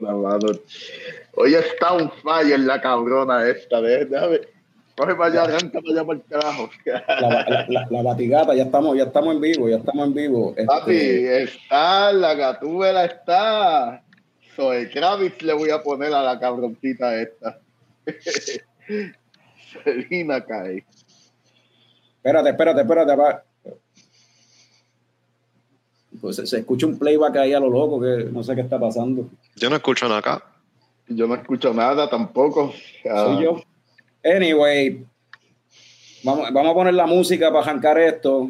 mano. Hoy está un fire en la cabrona esta, déjame. Coge para allá, arranca para allá para el carajo. La batigata, ya estamos en vivo. Papi, está, la gatúbela está. Zoe Kravitz le voy a poner a la cabroncita esta. Selena cae. Espérate. Pues se escucha un playback ahí a lo loco, que no sé qué está pasando. Yo no escucho nada acá. Yo no escucho nada tampoco. Soy yo. Anyway, vamos a poner la música para arrancar esto.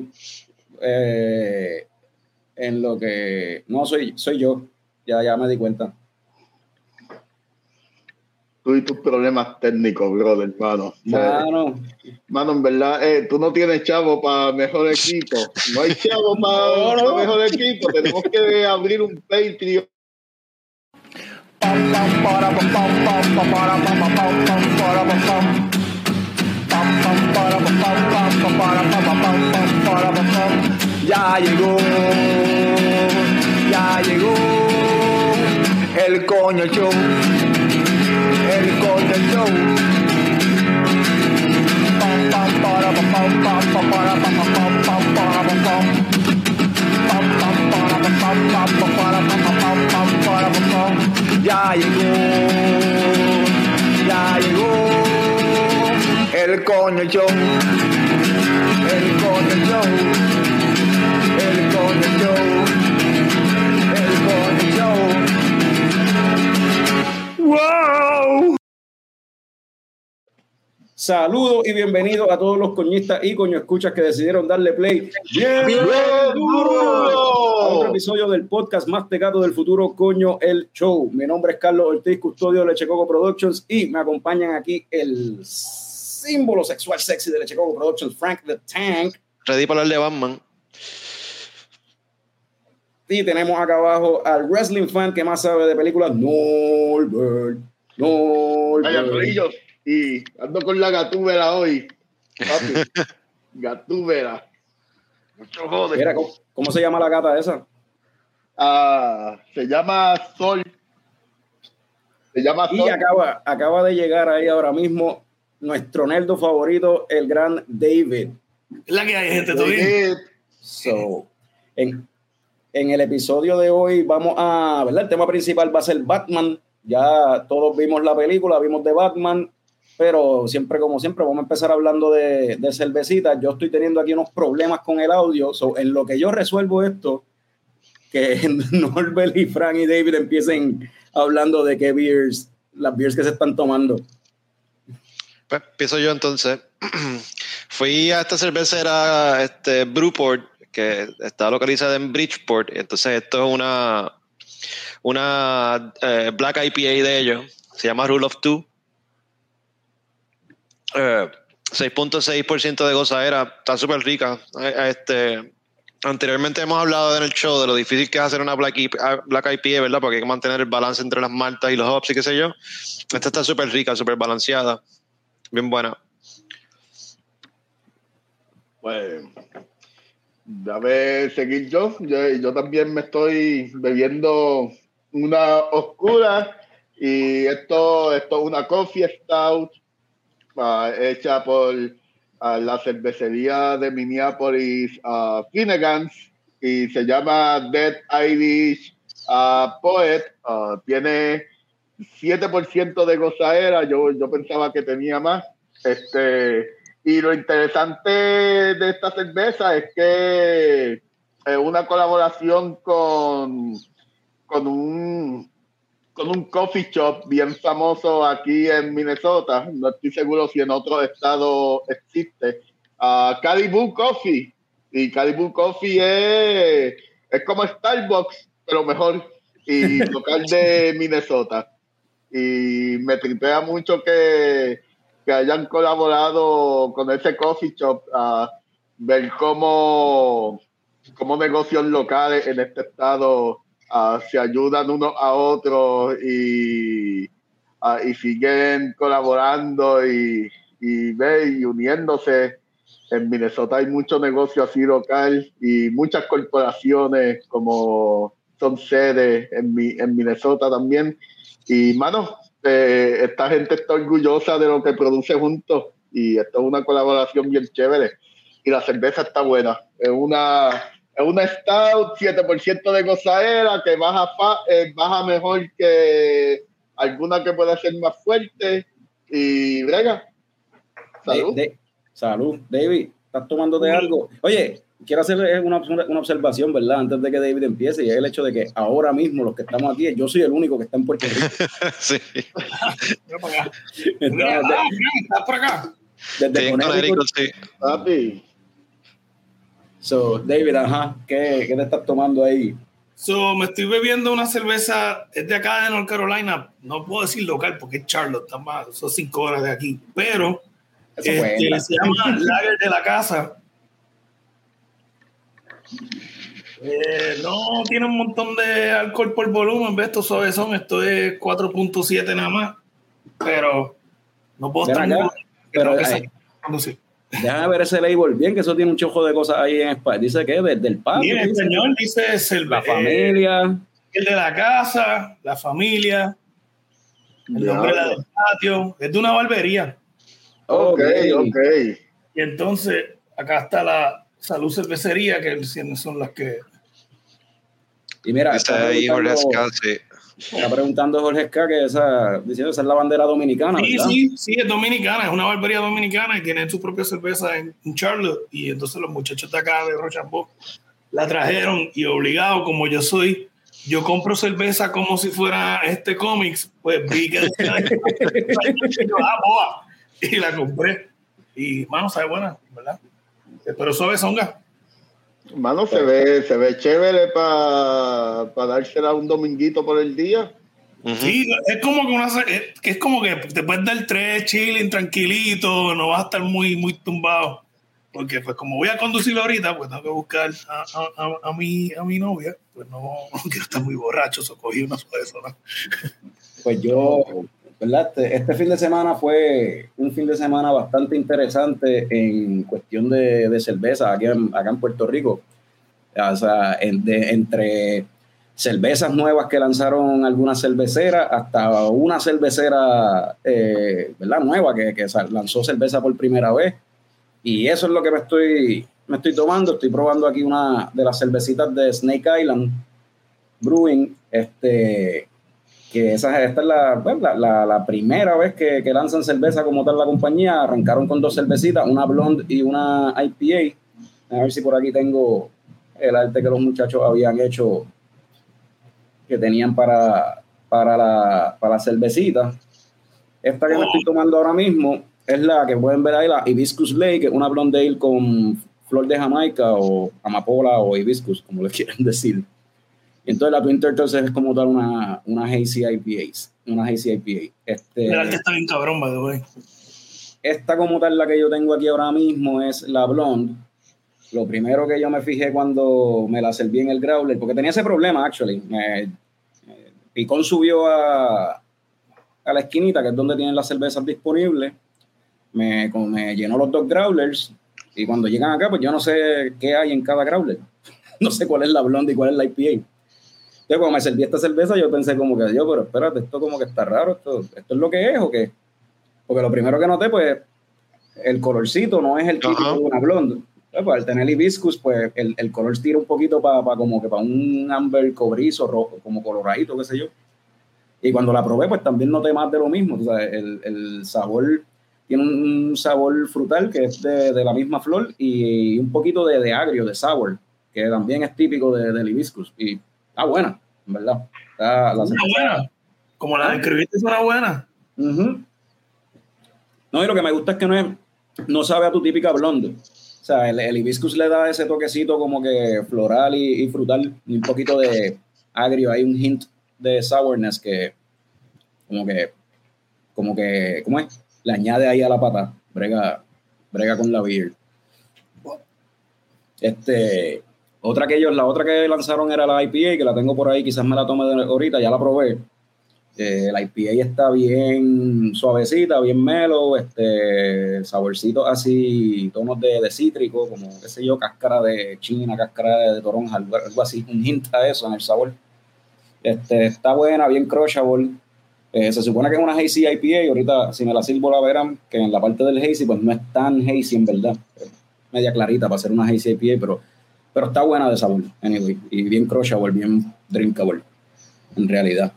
En lo que... No, soy yo. Ya me di cuenta. Tú y tus problemas técnicos, brother, hermano. Mano, en verdad, tú no tienes chavo para mejor equipo. No hay chavo para mejor equipo. Tenemos que abrir un Patreon. Ya llegó el Coño Show. El Coño Show. Ya llegó el Coño Show. El Coño Show. El Coño Show. El Coño Show. ¡Wow! Saludos y bienvenidos a todos los coñistas y coño escuchas que decidieron darle play bien duro a otro episodio del podcast más tecato del futuro, Coño el Show. Mi nombre es Carlos Ortiz, custodio de Lechecoco Productions, y me acompañan aquí el símbolo sexual sexy de Lechecoco Productions, Frank the Tank. Ready para hablar de Batman. Y tenemos acá abajo al wrestling fan que más sabe de películas, Norbert. Vaya brillos. Y ando con la gatúbela hoy. Papi. Gatúbela. Mucho joder. Mira, ¿cómo se llama la gata esa? Se llama Sol. Y acaba de llegar ahí ahora mismo nuestro nerdo favorito, el gran David. La que hay, gente, ¿todo bien? So, en el episodio de hoy vamos a, ¿verdad? El tema principal va a ser Batman. Ya todos vimos la película, vimos de Batman, pero como siempre, vamos a empezar hablando de cervecitas. Yo estoy teniendo aquí unos problemas con el audio, so, en lo que yo resuelvo esto, que Norbert y Frank y David empiecen hablando de qué las beers que se están tomando. Pues empiezo yo entonces. Fui a esta cervecera, Brewport, que está localizada en Bridgeport. Entonces esto es una Black IPA de ellos. Se llama Rule of Two. 6.6% de gozadera. Está súper rica. Anteriormente hemos hablado en el show de lo difícil que es hacer una Black IPA, ¿verdad? Porque hay que mantener el balance entre las maltas y los hops y qué sé yo. Esta está súper rica, súper balanceada. Bien buena. Pues, dame seguir yo. Yo también me estoy bebiendo una oscura, y esto es una coffee stout hecha por la cervecería de Minneapolis, Finnegan's, y se llama Dead Irish Poet. Tiene 7% de gozadera. Yo pensaba que tenía más. Y lo interesante de esta cerveza es que es una colaboración con un coffee shop bien famoso aquí en Minnesota. No estoy seguro si en otro estado existe. Caribou Coffee. Y Caribou Coffee es como Starbucks, pero mejor, y local de Minnesota. Y me tripea mucho que hayan colaborado con ese coffee shop, ver cómo negocios locales en este estado se ayudan unos a otros y siguen colaborando y uniéndose. En Minnesota hay mucho negocio así local y muchas corporaciones como son sede en Minnesota también. Y, mano, esta gente está orgullosa de lo que produce juntos y esto es una colaboración bien chévere. Y la cerveza está buena. Es una Stout, 7% de gozadera que baja mejor que alguna que pueda ser más fuerte. Y brega. Salud. Salud, David. ¿Estás tomándote algo? Oye, quiero hacer una observación, ¿verdad? Antes de que David empiece, y es el hecho de que ahora mismo los que estamos aquí, yo soy el único que está en Puerto Rico. Sí. Estás por acá. Desde Connecticut. Sí. Papi. So, David, ¿qué te estás tomando ahí? Me estoy bebiendo una cerveza, es de acá de North Carolina, no puedo decir local porque es Charlotte, son 5 horas de aquí, pero se llama Lager de la Casa. No tiene un montón de alcohol por volumen, ¿ves? Estos suaves esto es 4.7 nada más, pero no puedo estar muy... Pero déjame ver ese label bien, que eso tiene un chojo de cosas ahí en español. Dice que desde el patio. Sí, en español dice la familia. El de la casa, la familia, el nombre del patio. Es de una barbería. Ok. Y entonces, acá está la Salud Cervecería, que son las que... Y mira, está ahí Jorge Ska, está preguntando Jorge Ska que esa es la bandera dominicana, ¿verdad? Sí, es dominicana, es una barbería dominicana y tienen su propia cerveza en Charlotte. Y entonces los muchachos de acá de Rochambeau la trajeron y obligado, como yo soy, yo compro cerveza como si fuera cómics, pues vi que y la compré. Y, mano, sabe buena, ¿verdad? Pero suave songa. Mano, se ve chévere para dársela un dominguito por el día. Uh-huh. Sí, es como que te puedes dar 3 chilling tranquilito, no vas a estar muy, muy tumbado. Porque pues como voy a conducir ahorita, pues tengo que buscar a mi novia, pues no quiero estar muy borracho, cogí una suave zona. Pues yo, ¿verdad? Este fin de semana fue un fin de semana bastante interesante en cuestión de cerveza acá en Puerto Rico. O sea, entre cervezas nuevas que lanzaron algunas cerveceras hasta una cervecera ¿verdad? Nueva que lanzó cerveza por primera vez. Y eso es lo que me estoy tomando. Estoy probando aquí una de las cervecitas de Snake Island Brewing, que esta es la primera vez que lanzan cerveza como tal la compañía. Arrancaron con 2 cervecitas, una blonde y una IPA. A ver si por aquí tengo el arte que los muchachos habían hecho, que tenían para la cervecita. Esta que me estoy tomando ahora mismo es la que pueden ver ahí, la Hibiscus Lake, que es una blonde ale con flor de Jamaica o amapola o hibiscus, como le quieran decir. Y entonces la Twin Turtles es como tal una hazy IPA. Una hazy IPA. El arte está bien cabrón, by the way. Esta como tal, la que yo tengo aquí ahora mismo, es la blonde. Lo primero que yo me fijé cuando me la serví en el growler, porque tenía ese problema, actually. Picón subió a la esquinita, que es donde tienen las cervezas disponibles. Me llenó los 2 growlers. Y cuando llegan acá, pues yo no sé qué hay en cada growler. No sé cuál es la blonde y cuál es la IPA. Entonces, cuando me serví esta cerveza, yo pensé como que, pero espérate, esto como que está raro. ¿Esto es lo que es o qué? Porque lo primero que noté, pues, el colorcito no es el típico de una blonde. Pues, al tener hibiscus, pues el color tira un poquito para un amber cobrizo, rojo, como coloradito, qué sé yo. Y cuando la probé, pues también noté más de lo mismo. O sea, el sabor tiene un sabor frutal que es de la misma flor y un poquito de agrio, de sour, que también es típico del hibiscus. Y está buena, en verdad. Está buena. Como la describiste, es una buena. Uh-huh. No, y lo que me gusta es que no sabe a tu típica blonde. O sea, el hibiscus le da ese toquecito como que floral y frutal, y un poquito de agrio, hay un hint de sourness que como que ¿cómo es? Le añade ahí a la pata, brega con la beer. La otra que lanzaron era la IPA, que la tengo por ahí, quizás me la tome ahorita, ya la probé. La IPA está bien suavecita, bien mellow, saborcito así, tonos de cítrico, como qué sé yo, cáscara de china, cáscara de toronja, algo así, un hint a eso en el sabor. Está buena, bien crushable. Se supone que es una hazy IPA, y ahorita si me la sirvo la verán, que en la parte del hazy pues no es tan hazy en verdad, media clarita para ser una hazy IPA, pero está buena de sabor, anyway, y bien crushable, bien drinkable, en realidad.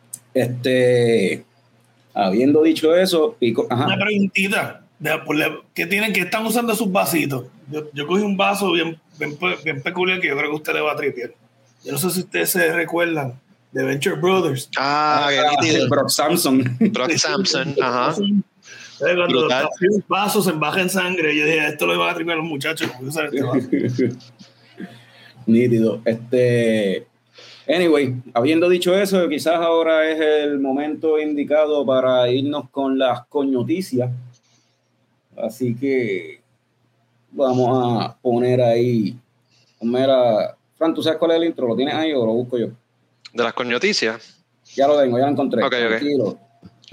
Habiendo dicho eso, pico. Ajá. Una preguntita, ¿qué están usando sus vasitos? Yo cogí un vaso bien peculiar que yo creo que a usted le va a tripear. Yo no sé si ustedes se recuerdan de Venture Brothers. Brock Samson. Brock Samson, ajá. Cuando los vasos se baja en sangre, yo dije, esto le va a tripear a los muchachos. Nítido. Anyway, habiendo dicho eso, quizás ahora es el momento indicado para irnos con las coñoticias. Así que vamos a poner ahí. Fran, ¿tú sabes cuál es el intro? ¿Lo tienes ahí o lo busco yo? ¿De las coñoticias? Ya lo tengo, ya lo encontré. Ok. Tranquilo.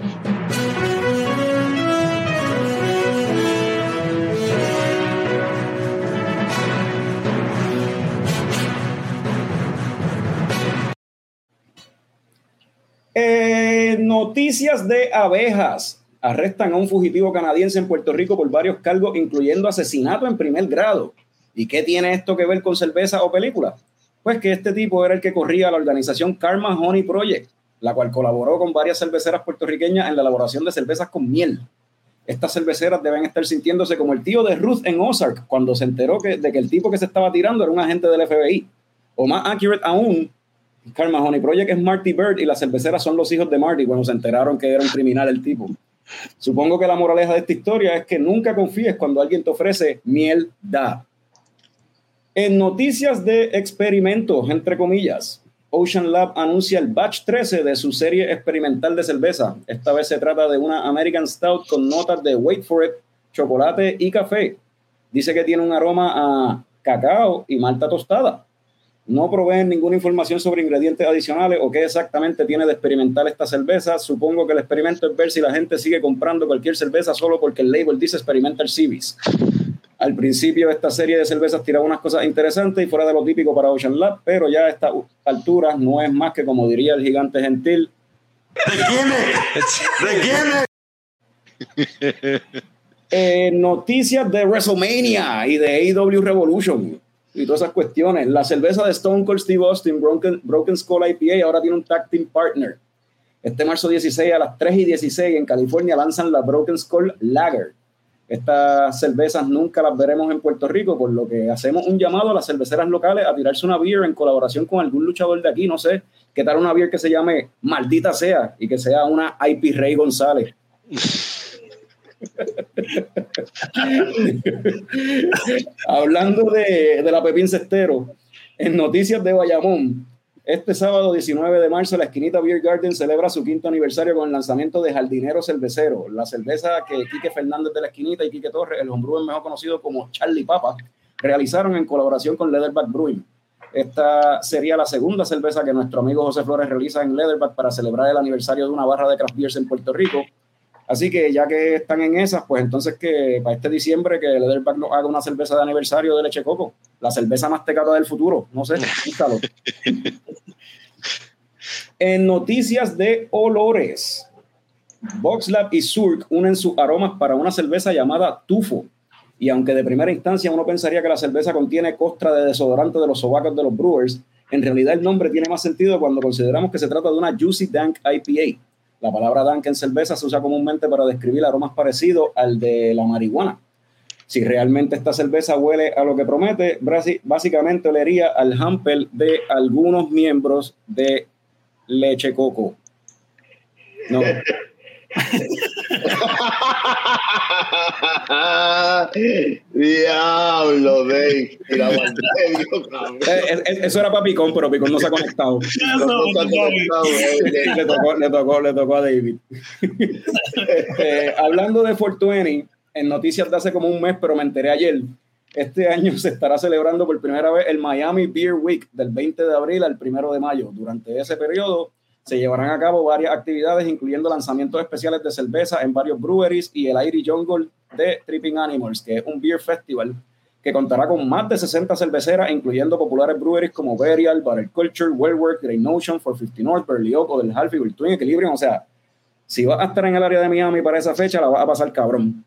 Noticias de abejas. Arrestan a un fugitivo canadiense en Puerto Rico por varios cargos, incluyendo asesinato en primer grado. ¿Y qué tiene esto que ver con cerveza o película? Pues que este tipo era el que corría la organización Karma Honey Project, la cual colaboró con varias cerveceras puertorriqueñas en la elaboración de cervezas con miel. Estas cerveceras deben estar sintiéndose como el tío de Ruth en Ozark cuando se enteró de que el tipo que se estaba tirando era un agente del FBI. O más accurate aún, Karma Honey Project es Marty Bird y las cerveceras son los hijos de Marty cuando se enteraron que era un criminal el tipo. Supongo que la moraleja de esta historia es que nunca confíes cuando alguien te ofrece miel da. En noticias de experimentos, entre comillas, Ocean Lab anuncia el batch 13 de su serie experimental de cerveza. Esta vez se trata de una American Stout con notas de, wait for it, chocolate y café. Dice que tiene un aroma a cacao y malta tostada. No proveen ninguna información sobre ingredientes adicionales o qué exactamente tiene de experimental esta cerveza. Supongo que el experimento es ver si la gente sigue comprando cualquier cerveza solo porque el label dice Experimental Series. Al principio esta serie de cervezas tiraba unas cosas interesantes y fuera de lo típico para Ocean Lab, pero ya a esta altura no es más que, como diría el gigante gentil, noticias de WrestleMania y de AEW Revolution y todas esas cuestiones. La cerveza de Stone Cold Steve Austin, Broken Skull IPA, ahora tiene un tag team partner. Este marzo 16 a las 3:16 en California lanzan la Broken Skull Lager. Estas cervezas nunca las veremos en Puerto Rico, por lo que hacemos un llamado a las cerveceras locales a tirarse una beer en colaboración con algún luchador de aquí. No sé, ¿qué tal una beer que se llame Maldita Sea y que sea una IP Rey González? Hablando de la Pepín Cestero, en noticias de Bayamón, este sábado 19 de marzo la Esquinita Beer Garden celebra su 5º aniversario con el lanzamiento de Jardinero Cervecero, la cerveza que Quique Fernández de la Esquinita y Quique Torres, el homebrewer mejor conocido como Charlie Papa, realizaron en colaboración con Leatherback Brewing. Esta sería la segunda cerveza que nuestro amigo José Flores realiza en Leatherback para celebrar el aniversario de una barra de craft beers en Puerto Rico. Así que ya que están en esas, pues entonces que para este diciembre que Leatherback nos haga una cerveza de aniversario de leche coco, la cerveza más tecata del futuro, no sé, búscalo. En noticias de olores, VoxLab y Surk unen sus aromas para una cerveza llamada Tufo. Y aunque de primera instancia uno pensaría que la cerveza contiene costra de desodorante de los sobacos de los brewers, en realidad el nombre tiene más sentido cuando consideramos que se trata de una Juicy Dank IPA. La palabra dank en cerveza se usa comúnmente para describir aromas parecidos al de la marihuana. Si realmente esta cerveza huele a lo que promete, básicamente olería al hamper de algunos miembros de Leche Coco. No. Diablo, Dave. Eso era para Picón, pero Picón no se ha conectado. Le tocó a David. Hablando de 420, en noticias de hace como un mes, pero me enteré ayer, este año se estará celebrando por primera vez el Miami Beer Week del 20 de abril al 1 de mayo. Durante ese periodo se llevarán a cabo varias actividades, incluyendo lanzamientos especiales de cerveza en varios breweries y el Airy Jungle de Tripping Animals, que es un beer festival que contará con más de 60 cerveceras, incluyendo populares breweries como Burial, Barrel Culture, Wellwork, Great Notion, 450 North, Burley Oak, del Halfie, Twin Equilibrium. O sea, si vas a estar en el área de Miami para esa fecha, la vas a pasar cabrón.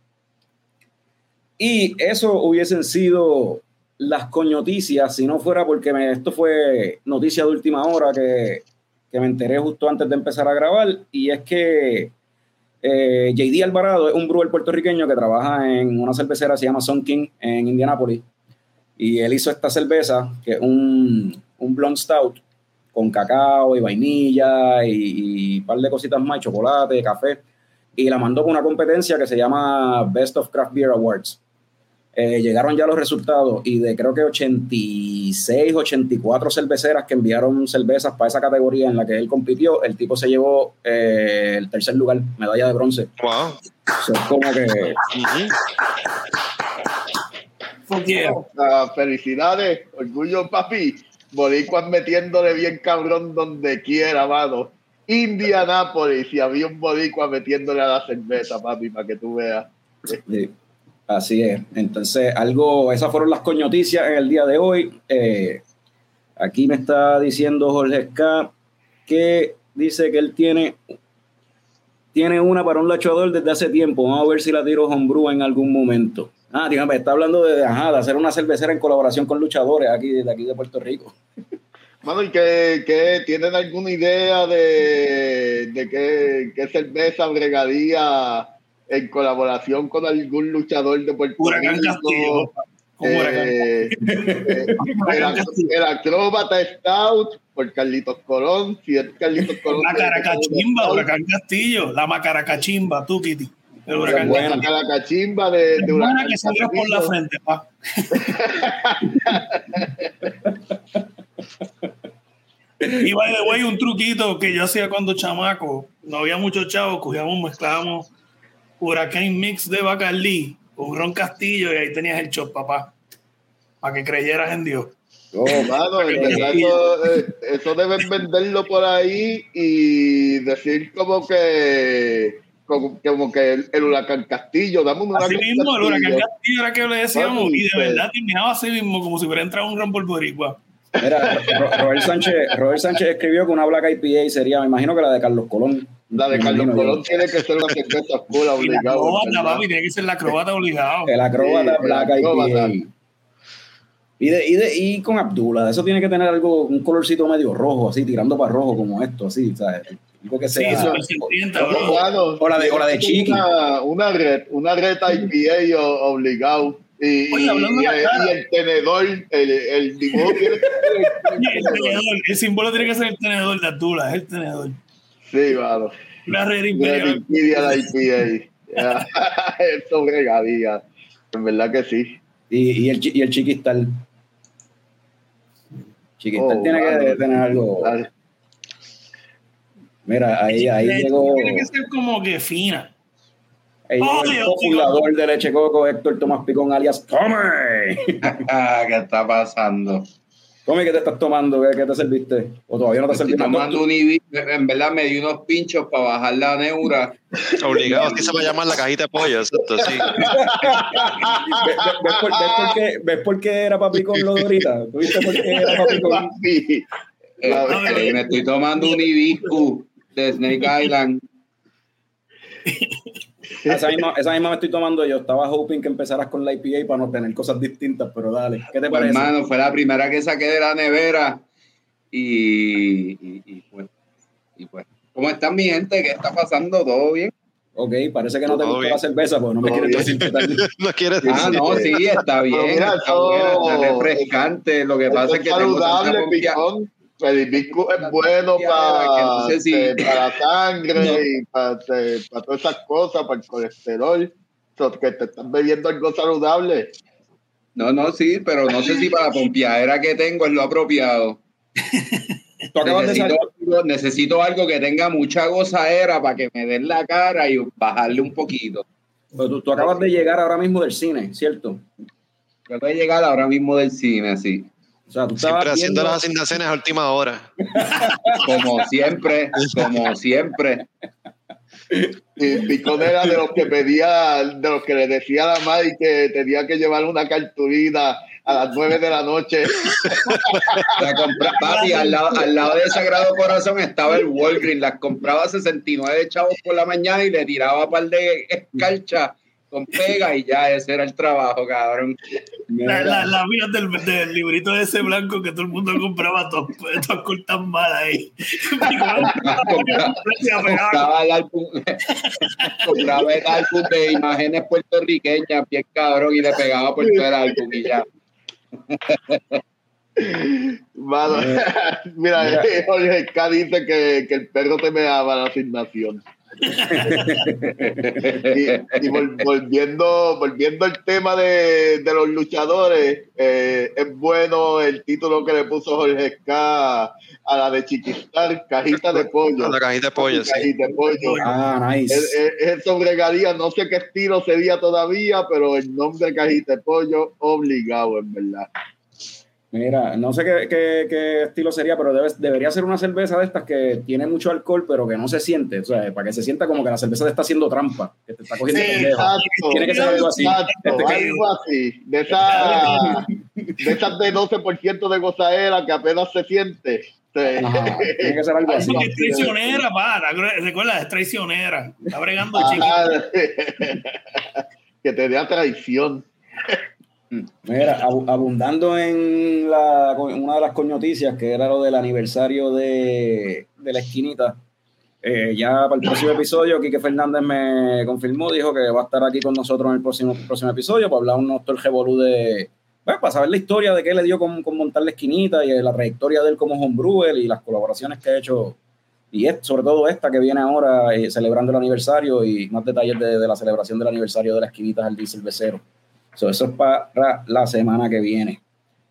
Y eso hubiesen sido las coñoticias, si no fuera porque esto fue noticia de última hora que me enteré justo antes de empezar a grabar, y es que JD Alvarado es un brewer puertorriqueño que trabaja en una cervecera que se llama Sun King en Indianápolis, y él hizo esta cerveza que es un blonde stout con cacao y vainilla y un par de cositas más, chocolate, café, y la mandó con una competencia que se llama Best of Craft Beer Awards. Llegaron ya los resultados y de creo que 86, 84 cerveceras que enviaron cervezas para esa categoría en la que él compitió, el tipo se llevó el tercer lugar, medalla de bronce. Wow. Eso es como que... Felicidades, orgullo, papi. Boricuas metiéndole bien cabrón donde quiera, mano. Indianápolis, y había un boricua metiéndole a la cerveza, papi, para que tú veas. Sí. Así es. Entonces, esas fueron las coñoticias en el día de hoy. Aquí me está diciendo Jorge K. que dice que él tiene una para un luchador desde hace tiempo. Vamos a ver si la tiro homebrew en algún momento. Dígame, está hablando de hacer una cervecera en colaboración con luchadores aquí de Puerto Rico. Mano, ¿y qué tienen alguna idea de qué cerveza bregaría en colaboración con algún luchador de Puerto Rico? El Acróbata Stout por Carlitos Colón. Si es Carlitos Colón, la Caracachimba, Huracán Castillo, la Macaracachimba, tú, Kitty. La Caracachimba de Huracán que salga por la frente, pa. Y by the way, un truquito que yo hacía cuando chamaco, no había muchos chavos, mezclábamos Huracán Mix de Bacardí con Ron Castillo y ahí tenías el shot, papá, para que creyeras en Dios. No, mano, eso deben venderlo por ahí y decir como que el Huracán Castillo, dame un Huracán Castillo. Así mismo, el Huracán Castillo era que le decíamos, Papi, y de verdad terminaba así mismo, como si hubiera entrado un Rumble Boricua. Mira, Robert Sánchez escribió que una Black IPA sería, me imagino que la de Carlos Colón. La de Carlos Colón tiene que ser una cerveza oscura obligado. Y la papi, tiene que ser la Acróbata obligado. El Acróbata Black IPA. Y con Abdullah, eso tiene que tener un colorcito medio rojo, así, tirando para rojo como esto, así, ¿sabes? Algo que sea. O la de Chiqui. Una red IPA obligado. Y el tenedor, el dibujo tiene que ser el símbolo tiene que ser el tenedor de Abdullah, es el tenedor. Sí, claro. La red imperial. La IPA. Eso bregaría. En verdad que sí. Y el Chiquistal. Chiquistal tiene que tener algo. Vale. Mira, ahí llegó. Tiene que ser como que fina. El fundador de Leche Coco, Héctor Tomás Picón, alias Come. ¿Qué está pasando? Come, ¿qué te estás tomando? ¿Qué te serviste? ¿O todavía no te serviste? Estoy tomando en verdad me di unos pinchos para bajar la neura. Obligado, así se va a llamar la cajita de pollo, exacto, sí. ¿Ves por qué era Papi con lo de ahorita? ¿Viste por qué era Papi con? Me estoy tomando un hibiscus de Snake Island. Esa misma me estoy tomando yo. Estaba hoping que empezaras con la IPA para no tener cosas distintas, pero dale. ¿Qué te parece? Hermano, fue la primera que saqué de la nevera y pues. ¿Cómo están mi gente? ¿Qué está pasando? ¿Todo bien? Ok, parece que no te gusta la cerveza, pues no me quieres decir qué tal. No quieres decir. No, sí, está bien. Mira, está buena, está refrescante. Lo que pasa es que tengo tanta Picón. El hibiscus es bueno para sangre y para todas esas cosas, para el colesterol. Que te estás bebiendo algo saludable. No, sí, pero no sé si para la pompiadera que tengo es lo apropiado. Necesito algo que tenga mucha gozadera para que me den la cara y bajarle un poquito. Pero tú acabas de llegar ahora mismo del cine, ¿cierto? Yo acabo de llegar ahora mismo del cine, sí. O sea, tú siempre haciendo las asignaciones a última hora. Como siempre. Y Picón era de los que le decía a la madre que tenía que llevar una cartulina a las 9 de la noche. Papi, al lado de Sagrado Corazón estaba el Walgreens, las compraba 69 chavos por la mañana y le tiraba un par de escarcha con pega y ya ese era el trabajo, cabrón. Las vías del librito de ese blanco que todo el mundo compraba todas cortas mal ahí. Compraba el álbum de imágenes puertorriqueñas, bien cabrón, y le pegaba por todo el álbum y ya. Mano, mira, Jorge K dice que el perro te me daba la asignación. y volviendo al tema de los luchadores, es bueno el título que le puso Jorge K a la de Chiquistar, Cajita de Pollo. La cajita de pollo, sí. Cajita de pollo. Nice. Es sobregalía, no sé qué estilo sería todavía, pero el nombre Cajita de Pollo obligado, en verdad. Mira, no sé qué estilo sería, pero debería ser una cerveza de estas que tiene mucho alcohol, pero que no se siente, o sea, para que se sienta como que la cerveza te está haciendo trampa, que te está cogiendo pendejo. Tiene que ser algo así. Algo así. De esas de 12% de gozadera que apenas se siente. Ajá, tiene que ser algo así. Es traicionera, recuerda, es traicionera. Está bregando que te dé traición. Mira, abundando en una de las coñoticias, que era lo del aniversario de la esquinita, ya para el próximo episodio, Quique Fernández me confirmó, dijo que va a estar aquí con nosotros en el próximo episodio para hablar todo el revolú para saber la historia de qué le dio con montar la esquinita y la trayectoria de él como homebrewer y las colaboraciones que ha hecho, y sobre todo esta que viene ahora celebrando el aniversario, y más detalles de la celebración del aniversario de la esquinita Jardín Cervecero. Eso es para la semana que viene.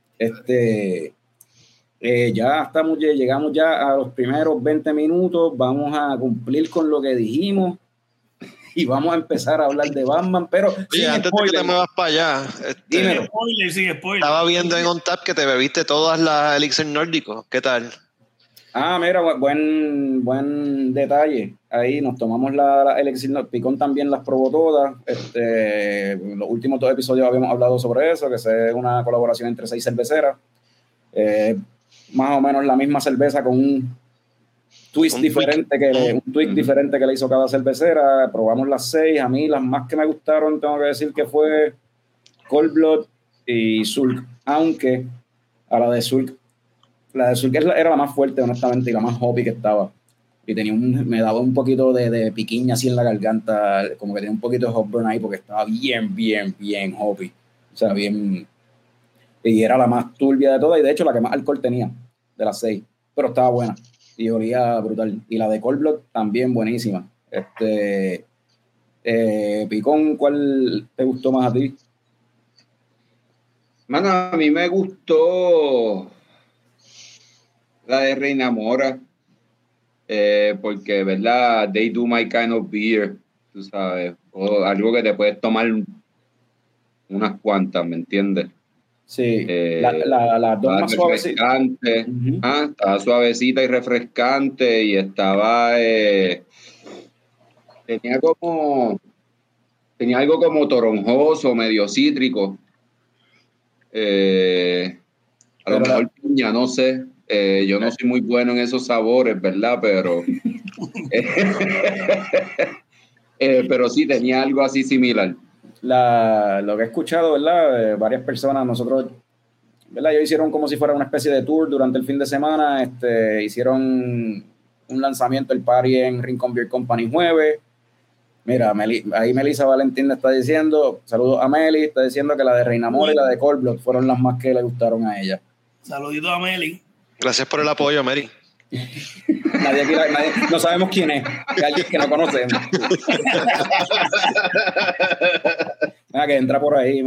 Ya llegamos ya a los primeros 20 minutos. vamos a cumplir con lo que dijimos y vamos a empezar a hablar de Batman, pero sí, antes de que te muevas para allá, sin spoiler. Estaba viendo en OnTap que te bebiste todas las elixir nórdicos. ¿Qué tal? Mira, buen detalle. Ahí nos tomamos la elixir. Picón también las probó todas. Los últimos 2 episodios habíamos hablado sobre eso, que es una colaboración entre 6 cerveceras. Más o menos la misma cerveza con un twist diferente que le hizo cada cervecera. Probamos las 6. A mí las más que me gustaron, tengo que decir que fue Cold Blood y Zulk, aunque a la de Zulk era la más fuerte, honestamente, y la más hoppy que estaba. Y me daba un poquito de piquiña así en la garganta, como que tenía un poquito de hop burn ahí, porque estaba bien hoppy. O sea, bien. Y era la más turbia de todas, y de hecho la que más alcohol tenía, de las 6. Pero estaba buena, y olía brutal. Y la de Cold Blood también buenísima. Picón, ¿cuál te gustó más a ti? Mano, a mí me gustó la de Reina Mora, porque, ¿verdad? They do my kind of beer, tú sabes, o algo que te puedes tomar unas cuantas, ¿me entiendes? Sí, las dos más suavecitas. Estaba suavecita y refrescante, y estaba tenía algo como toronjoso, medio cítrico, a lo mejor piña, no sé. Yo no soy muy bueno en esos sabores, ¿verdad? Pero pero sí tenía algo así similar. Lo que he escuchado, ¿verdad? Varias personas, nosotros, ¿verdad? Ellos hicieron como si fuera una especie de tour durante el fin de semana. Hicieron un lanzamiento, el party en Rincon Beer Company jueves. Mira, ahí Melissa Valentín le está diciendo, saludos a Meli, está diciendo que la de Reina Mora y la de Cold Blood fueron las más que le gustaron a ella. Saluditos a Meli. Gracias por el apoyo, Mary. Nadie no sabemos quién es, que alguien que no conocemos. Mira, que entra por ahí.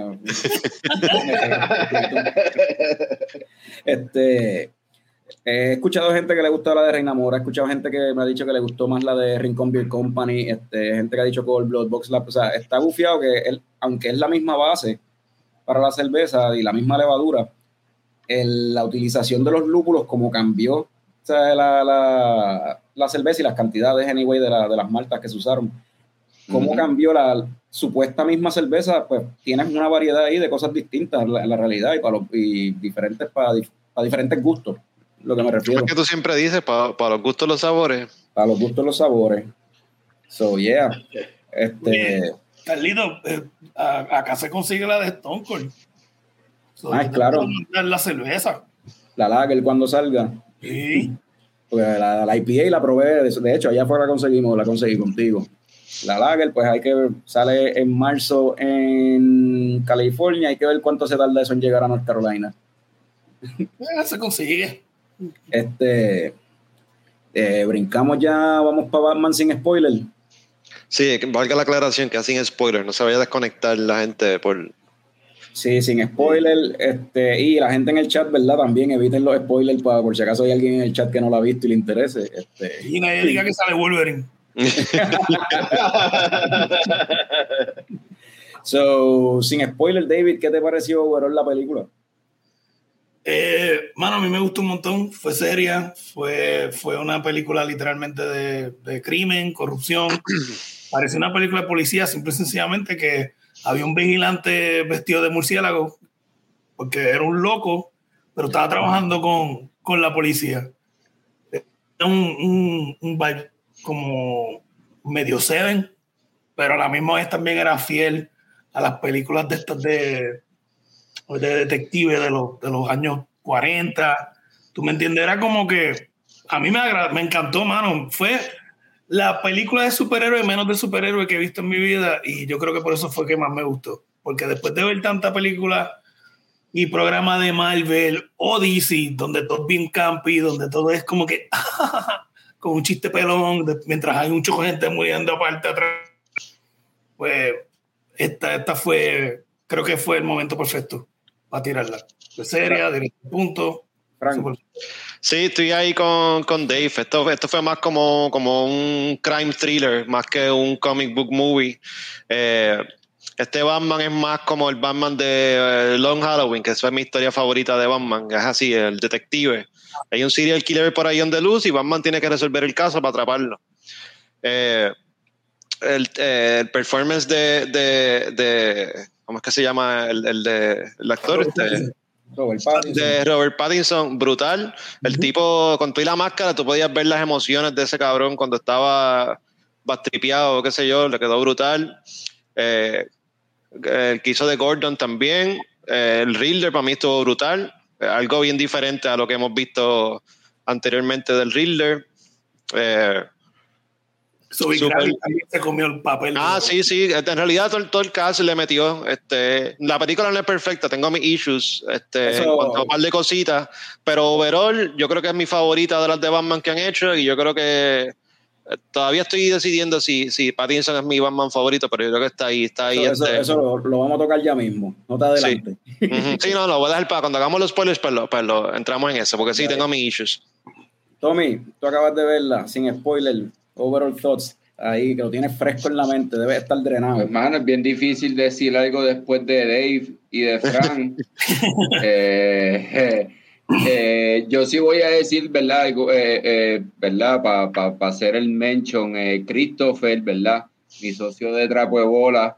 He escuchado gente que le gustó la de Reina Mora, he escuchado gente que me ha dicho que le gustó más la de Rincon Beer Company, gente que ha dicho Cold Blood, Box Lab. O sea, está gufiado que aunque es la misma base para la cerveza y la misma levadura, la utilización de los lúpulos como cambió, o sea, la cerveza y las cantidades anyway de las maltas que se usaron. ¿Cómo cambió la supuesta misma cerveza? Pues tienes una variedad ahí de cosas distintas en la realidad y diferentes para diferentes gustos, lo que me refiero. Es que tú siempre dices, para los gustos los sabores. Para los gustos los sabores. So, yeah. Carlito, acá se consigue la de Stone Cold. Claro. La cerveza. La lager cuando salga. Sí. Pues la IPA la probé, de hecho, allá fue la conseguí contigo. La lager, pues sale en marzo en California, hay que ver cuánto se tarda eso en llegar a North Carolina. Se consigue. Brincamos ya, vamos para Batman sin spoiler. Sí, valga la aclaración que sin spoiler, no se vaya a desconectar la gente por... Sí, sin spoiler, y la gente en el chat, ¿verdad? También eviten los spoilers por si acaso hay alguien en el chat que no lo ha visto y le interese. Y nadie diga que sale Wolverine. So, sin spoiler, David, ¿qué te pareció overall la película? Mano, a mí me gustó un montón, fue seria, fue una película literalmente de crimen, corrupción. Parecía una película de policía, simple y sencillamente que había un vigilante vestido de murciélago, porque era un loco, pero estaba trabajando con la policía. Era un vibe como medio Seven, pero a la misma vez también era fiel a las películas de estas de detective de los años 40. ¿Tú me entiendes? Era como que a mí me encantó, mano. Fue la película de superhéroe menos de superhéroe que he visto en mi vida, y yo creo que por eso fue que más me gustó, porque después de ver tanta película y programa de Marvel o DC donde todo es bien campi, donde todo es como que con un chiste pelón mientras hay un choco de gente muriendo aparte atrás, pues esta fue, creo que fue el momento perfecto para tirarla. Fue seria, directo al punto. Sí, estoy ahí con Dave. Esto fue más como un crime thriller, más que un comic book movie. Este Batman es más como el Batman de Long Halloween, que esa es mi historia favorita de Batman. Es así, el detective. Hay un serial killer por ahí on the loose y Batman tiene que resolver el caso para atraparlo. El performance de ¿cómo es que se llama el actor? De Robert Pattinson, brutal. El tipo, con toda la máscara, tú podías ver las emociones de ese cabrón cuando estaba bastripeado, qué sé yo, le quedó brutal. El que hizo de Gordon también. El Riddler para mí estuvo brutal. Algo bien diferente a lo que hemos visto anteriormente del Riddler. También se comió el papel. Sí. En realidad todo el cast le metió. La película no es perfecta, tengo mis issues en cuanto a un par de cositas, pero overall yo creo que es mi favorita de las de Batman que han hecho, y yo creo que todavía estoy decidiendo si Pattinson es mi Batman favorito, pero yo creo que está ahí. Eso lo vamos a tocar ya mismo, no te adelante. Sí, no, lo voy a dejar para cuando hagamos los spoilers, pues entramos en eso, porque sí, tengo mis issues. Tommy, tú acabas de verla, sin spoiler, overall thoughts, ahí que lo tienes fresco en la mente, debe estar drenado. Hermano, es bien difícil decir algo después de Dave y de Frank. Yo sí voy a decir, ¿verdad? ¿Verdad? Para hacer el mention, Christopher, ¿verdad? Mi socio de trapo de bola,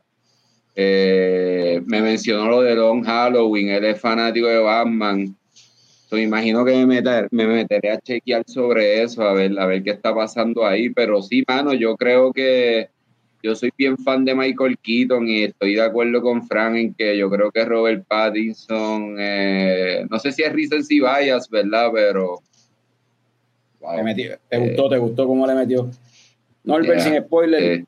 me mencionó lo de Long Halloween, él es fanático de Batman. Me imagino que me meteré a chequear sobre eso, a ver qué está pasando ahí, pero sí, mano, yo creo que yo soy bien fan de Michael Keaton y estoy de acuerdo con Frank en que yo creo que Robert Pattinson, no sé si es recency bias, ¿verdad? Pero wow, ¿Te gustó cómo le metió? Norbert, sin spoiler.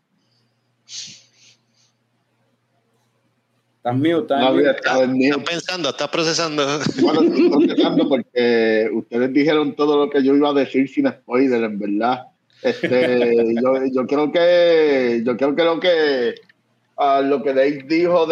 Estás pensando, estás procesando. Bueno, estoy procesando porque ustedes dijeron todo lo que yo iba a decir sin spoiler, en verdad. Yo creo que lo que Dave dijo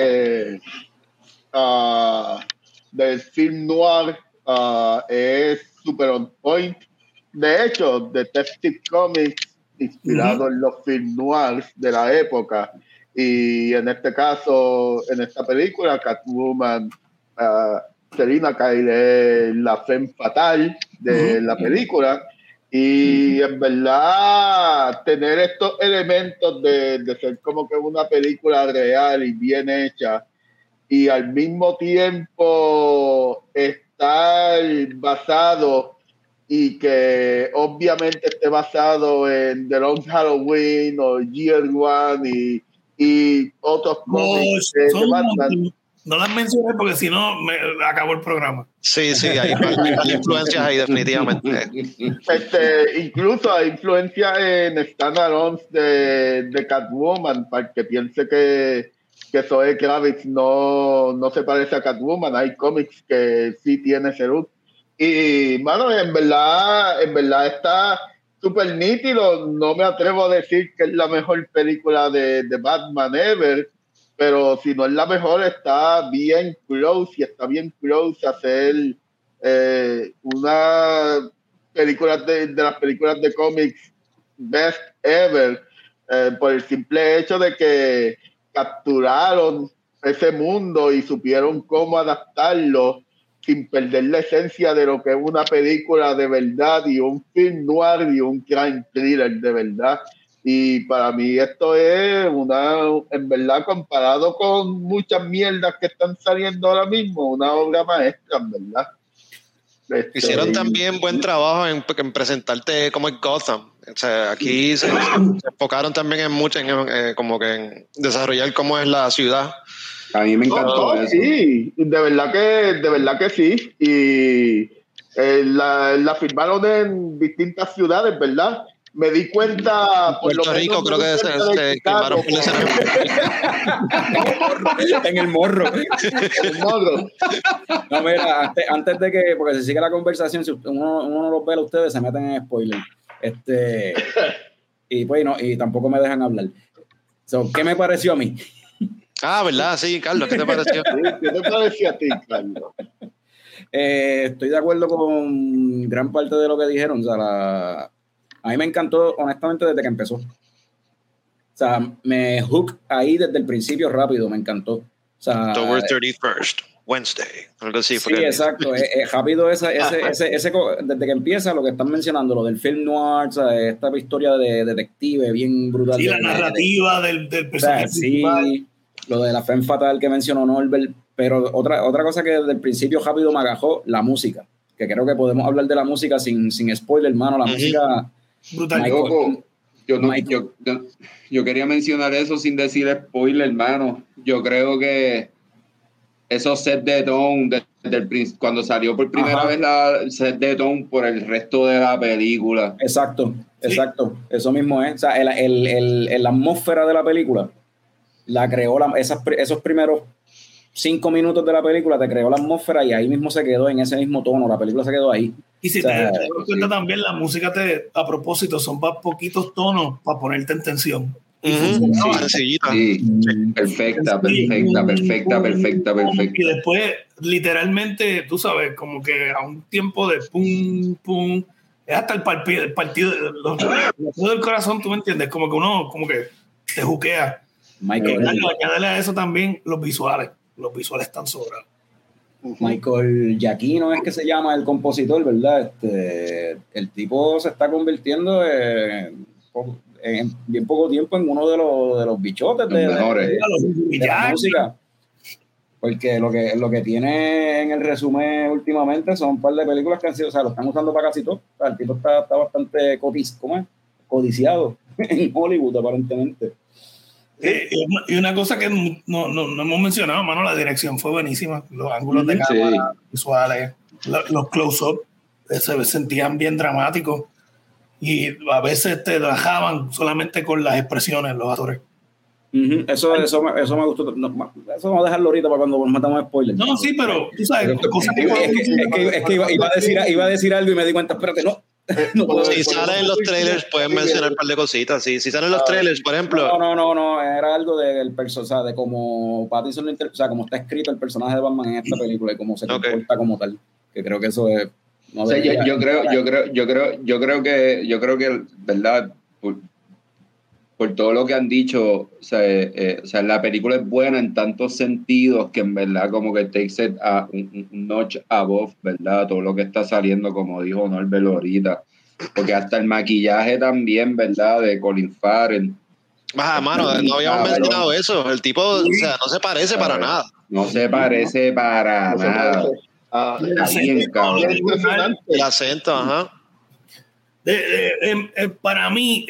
del film noir es super on point. De hecho, Detective Comics, inspirado en los film noirs de la época. Y en este caso, en esta película, Catwoman, Selina Kyle, la femme fatal de la película. Y en verdad, tener estos elementos de ser como que una película real y bien hecha, y al mismo tiempo estar basado, y que obviamente esté basado en The Long Halloween o Year One y otros cómics de Batman. No las mencioné porque si no me acabó el programa. Sí, hay influencias ahí definitivamente. Incluso hay influencias en standalones de Catwoman, para el que piense que Zoe Kravitz no se parece a Catwoman. Hay cómics que sí tiene ese look. Y, mano, en verdad está súper nítido. No me atrevo a decir que es la mejor película de Batman ever, pero si no es la mejor, está bien close, y está bien close a hacer una película de las películas de cómics best ever, por el simple hecho de que capturaron ese mundo y supieron cómo adaptarlo sin perder la esencia de lo que es una película de verdad y un film noir y un crime thriller de verdad. Y para mí esto es en verdad, comparado con muchas mierdas que están saliendo ahora mismo, una obra maestra, en verdad. Hicieron también buen trabajo en presentarte como es Gotham. O sea, aquí se enfocaron también como que en desarrollar cómo es la ciudad. A mí me encantó eso. Sí, de verdad que sí. Y la filmaron en distintas ciudades, ¿verdad? Me di cuenta por Puerto Rico, creo que se filmaron en el morro. No, mira, antes de que, porque se sigue la conversación, si uno no los ve a ustedes, se meten en spoiler. Y pues y tampoco me dejan hablar. ¿Qué me pareció a mí? ¿Verdad? Sí, Carlos, ¿qué te pareció? ¿Qué te pareció a ti, Carlos? Estoy de acuerdo con gran parte de lo que dijeron. O sea, a mí me encantó, honestamente, desde que empezó. O sea, me hook ahí desde el principio rápido, me encantó. O sea, October 31st, Wednesday, algo así. Sí, exacto. Rápido ese, desde que empieza lo que están mencionando, lo del film noir, o sea, esta historia de detective bien brutal. Sí, la narrativa del personaje principal. Sí, lo de la femme fatal que mencionó Norbert, pero otra cosa que desde el principio rápido me agajó, la música, que creo que podemos hablar de la música sin spoiler, hermano, la música brutal. Yo quería mencionar eso sin decir spoiler, hermano. Yo creo que esos sets de tone cuando salió por primera vez el set de tone por el resto de la película. Exacto, eso mismo es. O sea, la atmósfera de la película la creó esos primeros 5 minutos de la película, te creó la atmósfera y ahí mismo se quedó en ese mismo tono, la película se quedó ahí. Y si te das cuenta también, la música a propósito son para poquitos tonos para ponerte en tensión. Sencillita. Sí, perfecta. Y después, literalmente, tú sabes, como que a un tiempo de pum, pum, es hasta el partido del corazón, tú me entiendes, como que uno como que te juquea. Añádele a eso también los visuales están sobrados. Michael Giacchino es que se llama el compositor, ¿verdad? El tipo se está convirtiendo en bien poco tiempo en uno de los bichotes de la música. Porque lo que tiene en el resumen últimamente son un par de películas que han sido, o sea, lo están usando para casi todo. O sea, el tipo está bastante codiciado en Hollywood, aparentemente. Y una cosa que no hemos mencionado, mano, la dirección fue buenísima. Los ángulos de cámara, visuales, los close-up se sentían bien dramáticos y a veces te bajaban solamente con las expresiones los actores. Eso me gustó. No, eso vamos a dejarlo ahorita para cuando nos matamos spoilers. No, sí, pero tú sabes, iba a decir algo y me di cuenta, espérate, no. Si salen en los trailers pueden mencionar un par de cositas. Si salen los trailers, por ejemplo. No, era algo del personaje, o sea, de cómo Pattinson, o sea, cómo está escrito el personaje de Batman en esta película y cómo se comporta como tal. Que creo que eso es. No, o sea, yo creo que, verdad, por todo lo que han dicho, o sea, la película es buena en tantos sentidos que en verdad como que takes it a un notch above, ¿verdad? Todo lo que está saliendo, como dijo Norbert ahorita. Porque hasta el maquillaje también, ¿verdad? De Colin Farrell. Mano, no habíamos mencionado eso. El tipo, o sea, no se parece para nada. No se parece para nada. Bien, cabrón. El acento, ajá. Para mí,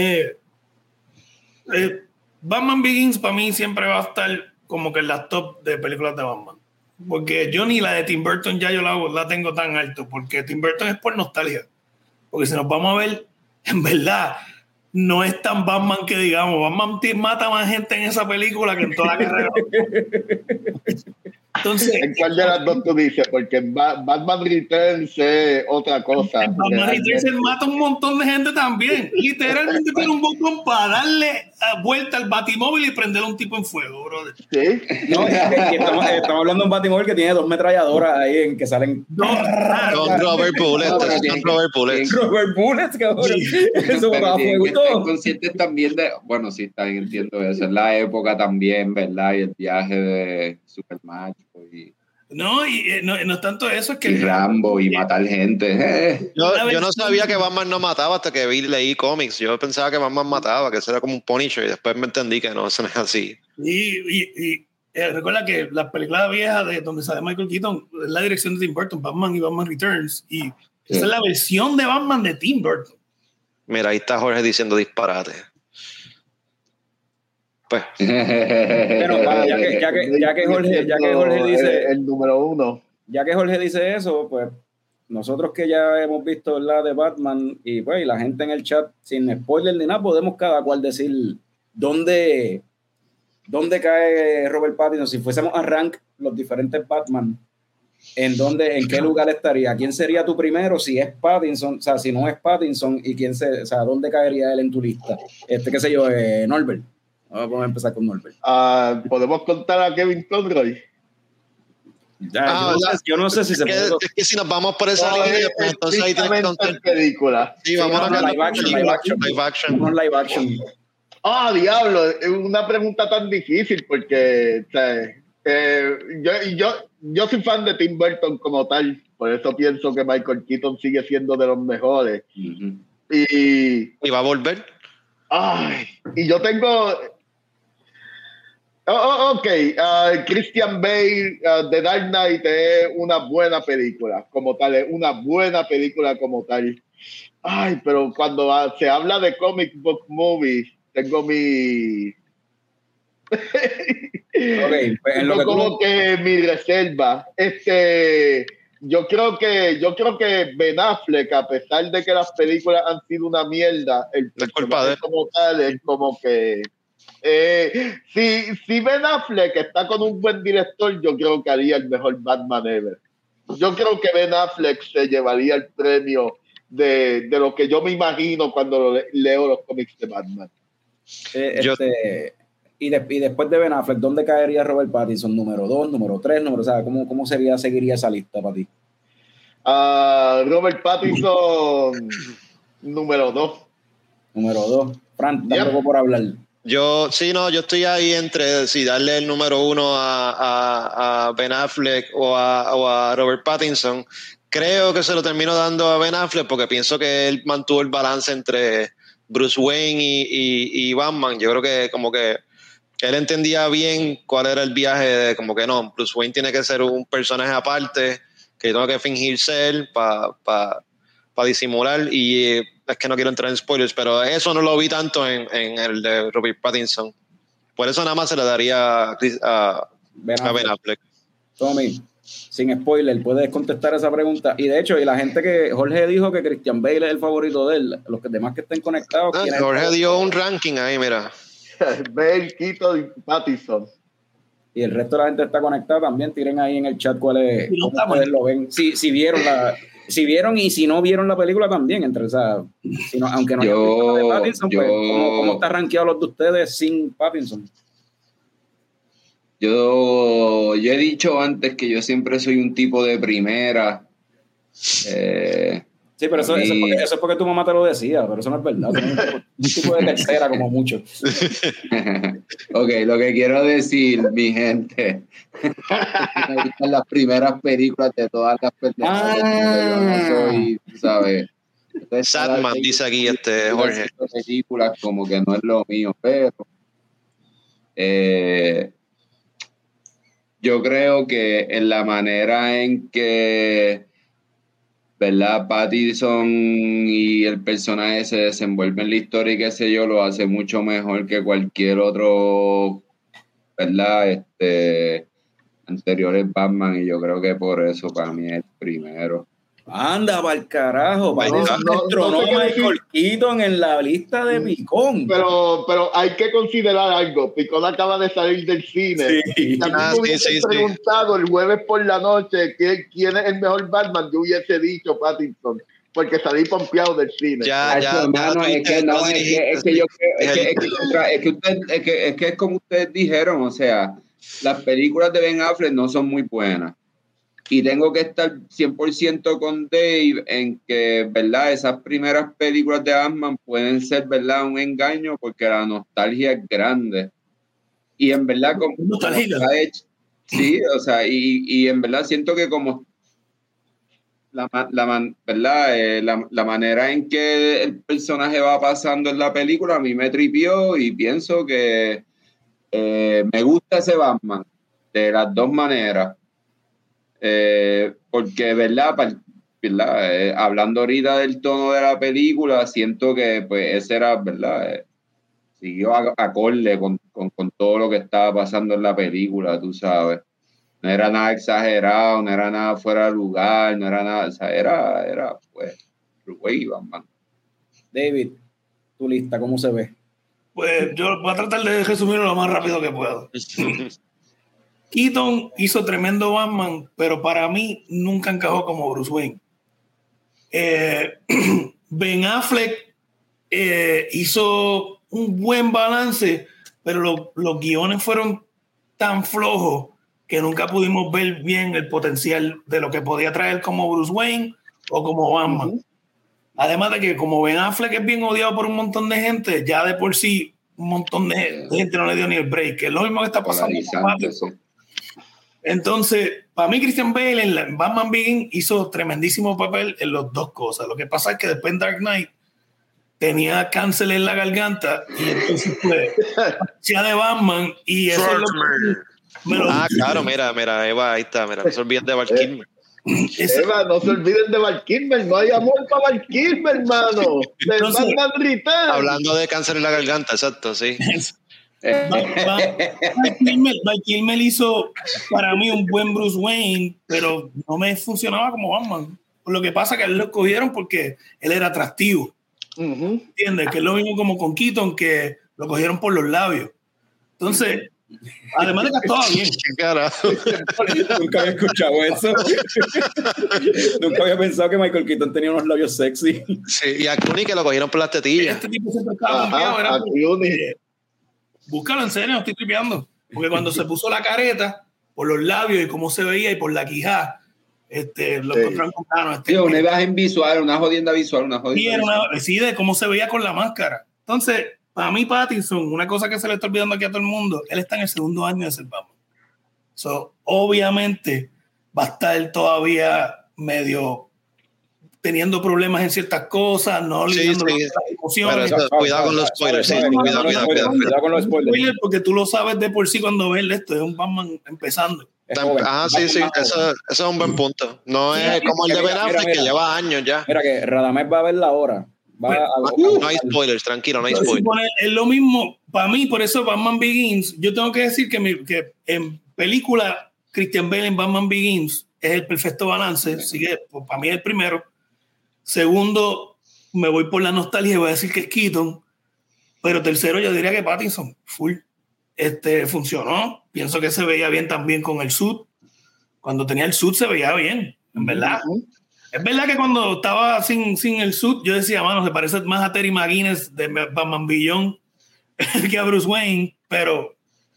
Batman Begins para mí siempre va a estar como que en las top de películas de Batman. Porque yo ni la de Tim Burton ya yo la tengo tan alto, porque Tim Burton es por nostalgia. Porque si nos vamos a ver, en verdad, no es tan Batman que digamos. Batman mata más gente en esa película que en toda la carrera. Entonces, ¿en cuál de las dos tú dices? Porque Batman Returns es otra cosa. Batman Returns mata un montón de gente también. Literalmente tiene un botón para darle vuelta al batimóvil y prender a un tipo en fuego, brother. ¿Sí? No, estamos hablando de un batimóvil que tiene 2 ametralladoras ahí en que salen. Con Robert Bullet. Robert Bullet, cabrón. Eso va a fuego y todo. Conscientes también de. Bueno, sí, está bien, entiendo eso. Es la época también, ¿verdad? Y el viaje de Superman. No, y no es tanto eso, es que y Rambo y matar gente. Yo no sabía que Batman no mataba hasta que leí cómics. Yo pensaba que Batman mataba, que eso era como un Punisher, y después me entendí que no, eso no es así. Y recuerda que la película vieja de donde sale Michael Keaton es la dirección de Tim Burton, Batman y Batman Returns, y esa es la versión de Batman de Tim Burton. Mira, ahí está Jorge diciendo disparate. Pues. Pero ya que Jorge dice el número 1, ya que Jorge dice eso, pues nosotros que ya hemos visto la de Batman y pues la gente en el chat sin spoiler ni nada, podemos cada cual decir dónde cae Robert Pattinson. Si fuésemos a rank los diferentes Batman, en qué lugar estaría, quién sería tu primero si es Pattinson, o sea, si no es Pattinson, y o sea, dónde caería él en tu lista, qué sé yo, Norbert. Vamos a empezar con Norbert. ¿Podemos contar a Kevin Conroy? Yo no sé si se puede. Es que si nos vamos por esa línea, pues entonces ahí tienes que contar película. Sí, vamos a live action. Diablo, es una pregunta tan difícil porque yo soy fan de Tim Burton como tal, por eso pienso que Michael Keaton sigue siendo de los mejores. Uh-huh. ¿Y va a volver? Y yo tengo... Christian Bale, The Dark Knight es una buena película como tal, pero cuando se habla de comic book movies, tengo mi... mi reserva. Yo creo que Ben Affleck, a pesar de que las películas han sido una mierda, el personaje como tal es como que... si Ben Affleck está con un buen director, yo creo que haría el mejor Batman ever. Yo creo que Ben Affleck se llevaría el premio de lo que yo me imagino cuando leo los cómics de Batman. Y después de Ben Affleck, ¿dónde caería Robert Pattinson? ¿Número 2, número 3? O sea, ¿cómo seguiría esa lista para ti? Robert Pattinson, número 2. Número 2. Fran, tampoco por hablar. Yo estoy ahí entre si darle el número 1 a Ben Affleck o a Robert Pattinson. Creo que se lo termino dando a Ben Affleck porque pienso que él mantuvo el balance entre Bruce Wayne y Batman. Yo creo que como que él entendía bien cuál era el viaje de como que no, Bruce Wayne tiene que ser un personaje aparte, que tengo que fingir ser para disimular, y es que no quiero entrar en spoilers, pero eso no lo vi tanto en el de Robert Pattinson. Por eso nada más se le daría a Ben Affleck. Tommy, sin spoiler, puedes contestar esa pregunta. Y de hecho, la gente que Jorge dijo que Christian Bale es el favorito de él, los demás que estén conectados. Jorge dio un ranking ahí, mira. Bale, Keaton y Pattinson. Y el resto de la gente está conectada también. Tiren ahí en el chat cuál es, cómo ustedes lo ven. Si vieron y si no vieron la película también, aunque no hayan visto la de Pattinson, pues, ¿cómo está rankeado los de ustedes sin Pattinson? Yo he dicho antes que yo siempre soy un tipo de primera. Sí, pero eso es porque tu mamá te lo decía, pero eso no es verdad. Un tipo de tercera como mucho. Ok, lo que quiero decir, mi gente, las primeras películas de todas las películas. Yo no soy, ¿sabes? Sadman, dice aquí Jorge. Películas como que no es lo mío, pero yo creo que en la manera en que, ¿verdad?, Pattinson y el personaje se desenvuelve en la historia y qué sé yo, lo hace mucho mejor que cualquier otro, ¿verdad?, anteriores Batman, y yo creo que por eso para mí es el primero. Anda, para el carajo. No Michael Keaton en la lista de Picón. Pero hay que considerar algo. Picón acaba de salir del cine. Sí. Si a mí me hubiese preguntado el jueves por la noche quién es el mejor Batman, yo hubiese dicho Pattinson, porque salí pompeado del cine. Es que es como ustedes dijeron, o sea, las películas de Ben Affleck no son muy buenas. Y tengo que estar 100% con Dave en que, ¿verdad?, esas primeras películas de Batman pueden ser, ¿verdad?, un engaño porque la nostalgia es grande. Y en verdad, como sí, o sea, y en verdad siento que como la manera en que el personaje va pasando en la película a mí me tripió y pienso que me gusta ese Batman de las dos maneras. Porque, ¿verdad? Hablando ahorita del tono de la película, siento que pues ese era, ¿verdad? Siguió acorde con todo lo que estaba pasando en la película, tú sabes. No era nada exagerado, no era nada fuera de lugar, no era nada, o sea, era pues, Batman. David, tu lista, ¿cómo se ve? Pues yo voy a tratar de resumirlo lo más rápido que puedo. Keaton hizo tremendo Batman, pero para mí nunca encajó como Bruce Wayne. Ben Affleck hizo un buen balance, pero los guiones fueron tan flojos que nunca pudimos ver bien el potencial de lo que podía traer como Bruce Wayne o como Batman. Uh-huh. Además de que como Ben Affleck es bien odiado por un montón de gente, ya de por sí un montón de gente no le dio ni el break, que es lo mismo que está pasando con Batman. Entonces, para mí Christian Bale en Batman Begins hizo tremendísimo papel en las dos cosas. Lo que pasa es que después en Dark Knight tenía cáncer en la garganta y entonces pues hacía de Batman y eso claro, mira, Eva, ahí está, no se olviden de Val Kilmer. Eva, no se olviden de Val Kilmer, no hay amor para Val Kilmer, hermano. Hablando de cáncer en la garganta, exacto, sí. Val Kilmer hizo para mí un buen Bruce Wayne, pero no me funcionaba como Batman. Lo que pasa es que él lo cogieron porque él era atractivo. Uh-huh. ¿Entiendes? Que es lo mismo como con Keaton, que lo cogieron por los labios. Entonces, además de que actuaba bien. Nunca había escuchado eso. Nunca había pensado que Michael Keaton tenía unos labios sexy. Sí, y a Clooney que lo cogieron por las tetillas. Este tipo siempre estaba búscalo en serio, no estoy tripeando. Porque cuando se puso la careta, por los labios y cómo se veía y por la quijada, lo encontraron con Thanos. Una imagen visual, una jodienda visual, Sí, de cómo se veía con la máscara. Entonces, para mí Pattinson, una cosa que se le está olvidando aquí a todo el mundo, él está en el segundo año de ser Batman. Obviamente va a estar todavía medio teniendo problemas en ciertas cosas, no lidiando con las emociones. Cuidado con los spoilers, cuidado con los spoilers. Porque tú lo sabes de por sí cuando ves esto, es un Batman empezando. Sí, eso es un buen punto. No es como el de Ben Affleck que lleva años ya. Mira que Radamés va a ver la hora. No hay spoilers, tranquilo, no hay spoilers. Es lo mismo, para mí, por eso Batman Begins, yo tengo que decir que en película Christian Bale en Batman Begins es el perfecto balance, sigue, pues, para mí es el primero. Segundo, me voy por la nostalgia y voy a decir que es Keaton, pero tercero yo diría que Pattinson, full. Funcionó, pienso que se veía bien también con el suit. Cuando tenía el suit se veía bien, en verdad. Uh-huh. Es verdad que cuando estaba sin el suit, yo decía, mano, se parece más a Terry McGuinness de Batman Beyond que a Bruce Wayne, pero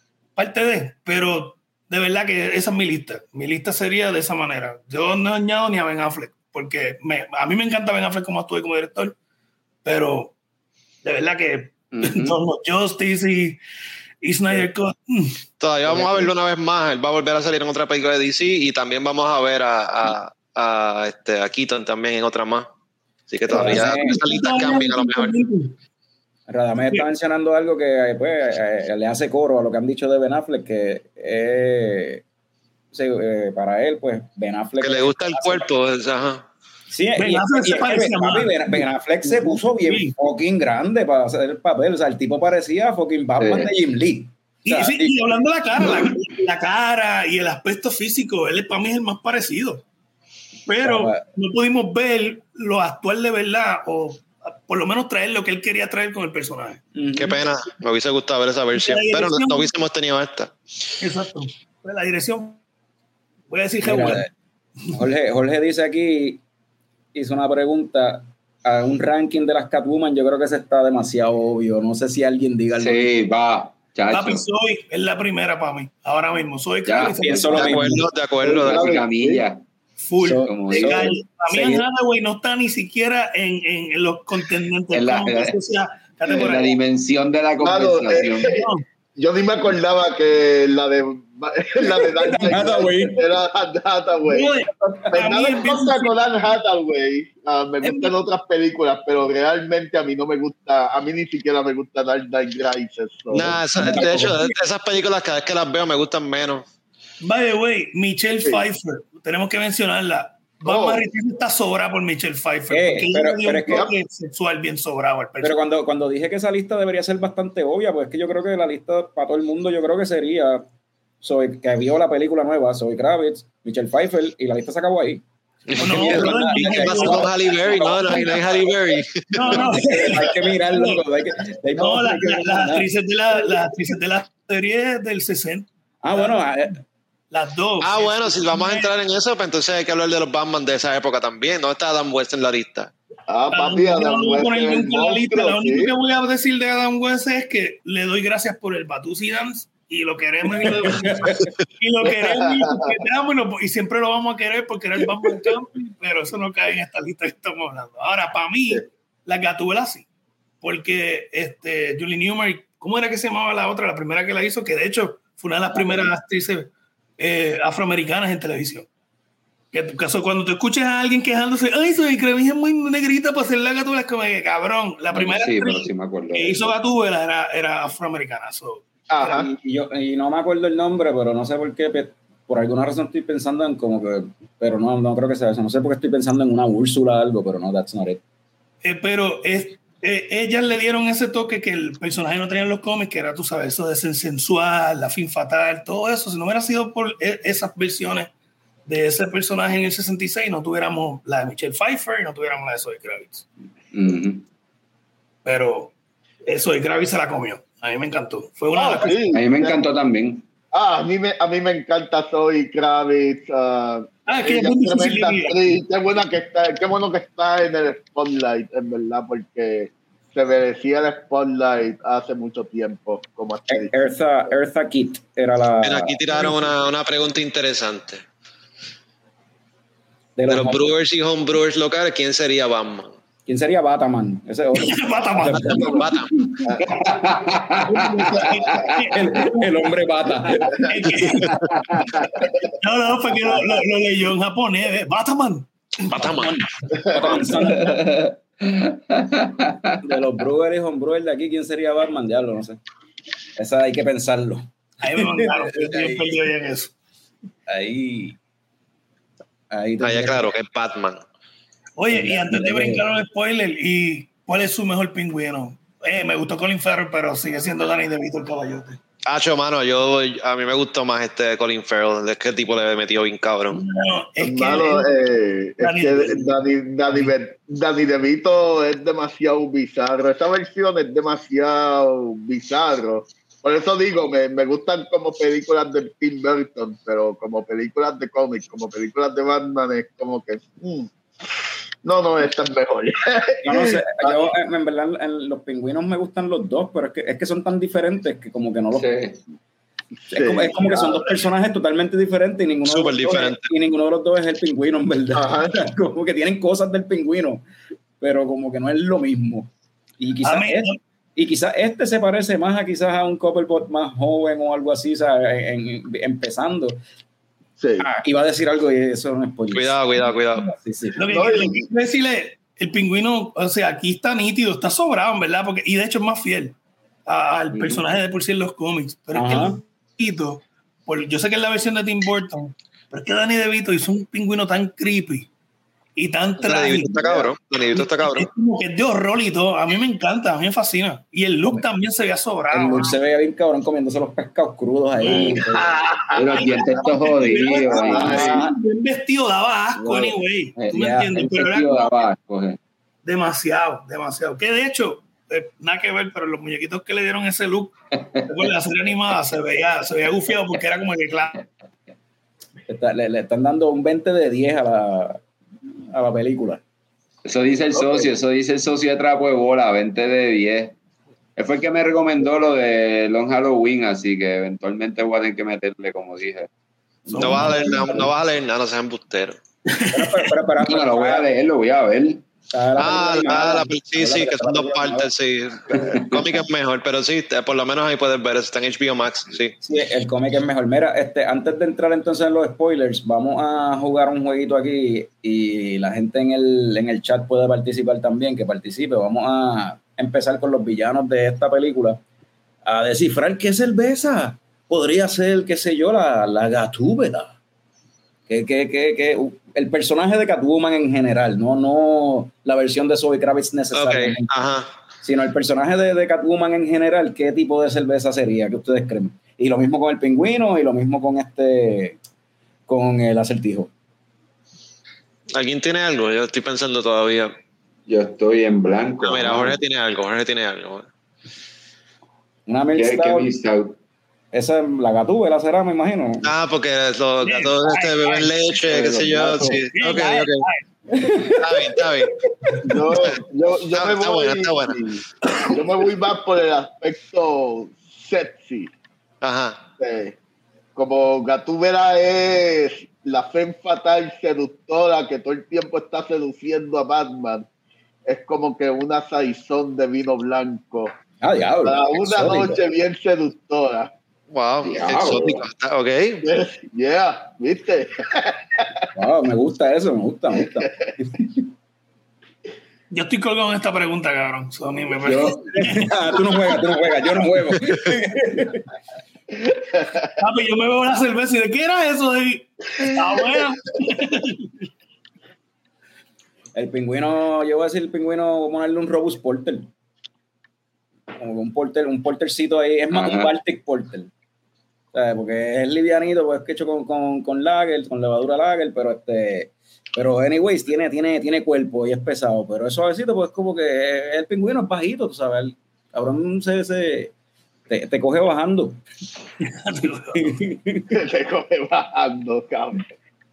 de verdad que esa es mi lista. Mi lista sería de esa manera. Yo no añado ni a Ben Affleck, porque a mí me encanta Ben Affleck como actúa como director, pero de verdad que Justice y Snyder Cut. Todavía vamos a verlo una vez más. Él va a volver a salir en otra película de DC y también vamos a ver a Keaton también en otra más. Así que todavía esas listas cambian a lo mejor. Radamés está mencionando algo que pues, le hace coro a lo que han dicho de Ben Affleck, que para él, pues, Ben Affleck... Que le gusta el cuerpo, ajá. Sí, Ben Affleck se puso bien fucking grande para hacer el papel. O sea, el tipo parecía fucking Batman de Jim Lee. Y hablando de la cara y el aspecto físico, él para mí es el más parecido. Pero no pudimos ver lo actual de verdad, o por lo menos traer lo que él quería traer con el personaje. Qué pena, me hubiese gustado ver esa versión, pero no hubiésemos tenido esta. Exacto. La dirección, voy a decir Jorge dice aquí, hizo una pregunta a un ranking de las Catwoman. Yo creo que ese está demasiado obvio. No sé si alguien diga algo. Sí, va. Papi, es la primera para mí. Ahora mismo soy de acuerdo. De la camilla. Full. A mí Anne Hathaway no está ni siquiera en los contendientes. En la dimensión de la conversación. Yo ni me acordaba que la de Dan Hathaway era Anne Hathaway. Nada en contra con Anne Hathaway. Me gustan otras películas, pero realmente a mí no me gusta, a mí ni siquiera me gusta Dark Knight Rises. De hecho, esas películas cada vez que las veo me gustan menos. By the way, Michelle Pfeiffer, tenemos que mencionarla. Batman está sobrada por Michelle Pfeiffer, porque ella dio un toque sexual bien sobrado al personaje. Pero cuando dije que esa lista debería ser bastante obvia, pues es que yo creo que la lista para todo el mundo, yo creo que sería que vio la película nueva, Zoe Kravitz, Michelle Pfeiffer, y la lista se acabó ahí. ¿Qué pasó con Halle Berry? No, hay Halle Berry. No. Hay que mirarlo. Las actrices de la serie del 60. Bueno, las dos. Bueno, si vamos a entrar en eso, pues entonces hay que hablar de los Batman de esa época también. ¿No está Adam West en la lista? Papi, Adam West en la lista. Lo único que voy a decir de Adam West es que le doy gracias por el Batusi Dance y lo queremos y siempre lo vamos a querer porque era el Batman Camping, pero eso no cae en esta lista que estamos hablando. Ahora, para mí, la Gatúbela sí, porque Julie Newmar, ¿cómo era que se llamaba la otra? La primera que la hizo, que de hecho fue una de las primeras actrices afroamericanas en televisión. Que tu caso, cuando te escuchas a alguien quejándose, ay, soy Kravitz es muy negrita para hacer la Gatúbela, es como que cabrón, la primera actriz que hizo Gatúbela era afroamericana. Y no me acuerdo el nombre, pero no sé por qué, por alguna razón estoy pensando en como que, pero no creo que sea eso, no sé por qué estoy pensando en una Úrsula o algo, pero no, that's not it. Pero ellas le dieron ese toque que el personaje no tenía en los cómics, que era, tú sabes, eso de ser sensual, la fin fatal, todo eso. Si no hubiera sido por esas versiones de ese personaje en el 66, no tuviéramos la de Michelle Pfeiffer y no tuviéramos la de Zoe Kravitz. Pero Zoe Kravitz se la comió. A mí me encantó. Fue una de las cosas. A mí me encantó también. A mí me encanta Zoe Kravitz. Que es muy difícil. Qué bueno que está en el spotlight, en verdad, porque se merecía el spotlight hace mucho tiempo. Como Eartha Kitt era la... Aquí tiraron una pregunta interesante. De los brewers y homebrewers locales, ¿quién sería Batman? ¿Quién sería Batman? Ese otro. Batman. el hombre bata. No, fue que lo leyó en japonés. Batman. De los brewers y homebrewers de aquí, ¿quién sería Batman? Diablo, no sé. Esa hay que pensarlo. Ahí me mandaron. Yo estoy perdido en eso. Ahí ya claro, que es Batman. Oye, y antes de brincar un spoiler, ¿y cuál es su mejor pingüino? Me gustó Colin Farrell, pero sigue siendo Danny DeVito el caballote. Mano, a mí me gustó más Colin Farrell. Es que el tipo le metió bien cabrón. No, es que Danny DeVito es demasiado bizarro. Esta versión es demasiado bizarro. Por eso digo, me gustan como películas de Tim Burton, pero como películas de cómics, como películas de Batman, es como que... No, esta es mejor. No sé, yo en verdad en los pingüinos me gustan los dos, pero es que son tan diferentes que como que no los... Es como que son dos personajes totalmente diferentes y ninguno de los dos es el pingüino, en verdad. Como que tienen cosas del pingüino, pero como que no es lo mismo. Y quizás este se parece más a un Cobblepot más joven o algo así, ¿sabes? Empezando. Sí. Iba a decir algo y eso no es spoiler. Cuidado. Sí. Lo que quiero decirle, el Pingüino, o sea, aquí está nítido, está sobrado, ¿verdad? Porque, y de hecho es más fiel al personaje de por sí en los cómics. Pero es que el Pingüino, yo sé que es la versión de Tim Burton, pero es que Danny DeVito hizo un Pingüino tan creepy y tan trágico. Danny DeVito está cabrón. Es como que es de horror y todo. A mí me encanta, a mí me fascina. Y el look también se veía sobrado. El look se veía bien cabrón comiéndose los pescados crudos ahí. Los dientes estos jodidos. El vestido daba asco, anyway. ¿Tú me entiendes? Pero vestido daba asco. Demasiado. Que de hecho, nada que ver, pero los muñequitos que le dieron ese look con la serie animada se veía gufiado porque era como que claro. Le están dando un 20 de 10 a la película. Eso dice el socio de Trapo de Bola, 20 de 10. Él fue el que me recomendó lo de Long Halloween, así que eventualmente voy a tener que meterle, como dije. No vas a leer nada, no seas embustero. No, lo voy a ver. Sí, que son 2 partes, sí. El cómic es mejor, pero sí, por lo menos ahí puedes ver, está en HBO Max, sí. Sí, el cómic es mejor. Mira, antes de entrar entonces en los spoilers, vamos a jugar un jueguito aquí y la gente en el chat puede participar también, que participe. Vamos a empezar con los villanos de esta película, a descifrar qué cerveza podría ser, qué sé yo, la Gatúbela. Que el personaje de Catwoman en general, no la versión de Zoe Kravitz necesariamente, sino el personaje de Catwoman en general, ¿qué tipo de cerveza sería? ¿Qué ustedes creen? Y lo mismo con el Pingüino y lo mismo con el Acertijo. ¿Alguien tiene algo? Yo estoy pensando todavía. Yo estoy en blanco. No, mira, Jorge tiene algo. Una Milk Stout. Esa es la Gatúbela, será, me imagino. Porque los gatos beben leche, qué sé yo. Sí. Ok. Está bien. Yo me voy más por el aspecto sexy. Ajá. Como Gatúbela es la femme fatal seductora que todo el tiempo está seduciendo a Batman. Es como que una saizón de vino blanco. Diablo. Para una noche bien seductora. Wow, exótico. Ok. Yeah, ¿viste? Wow, me gusta eso, me gusta. Yo estoy colgado en esta pregunta, cabrón. A mí me tú no juegas, yo no juego. Papi, yo me bebo una cerveza y ¿de qué era eso? Está bueno. El Pingüino, yo voy a decir el Pingüino, ponerle un Robust Porter. Como un portercito ahí, es más un Baltic Porter. ¿Sabes? Porque es livianito, pues que hecho con lager, con levadura lager, pero anyways, tiene cuerpo y es pesado, pero es suavecito, pues como que el Pingüino es bajito, tú sabes, el cabrón te coge bajando. Te coge bajando, cabrón.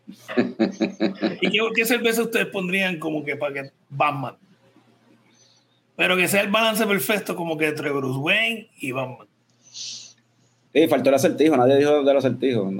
¿Y qué cerveza ustedes pondrían como que para que Batman? Pero que sea el balance perfecto como que entre Bruce Wayne y Batman. Sí, faltó el Acertijo, nadie dijo del Acertijo.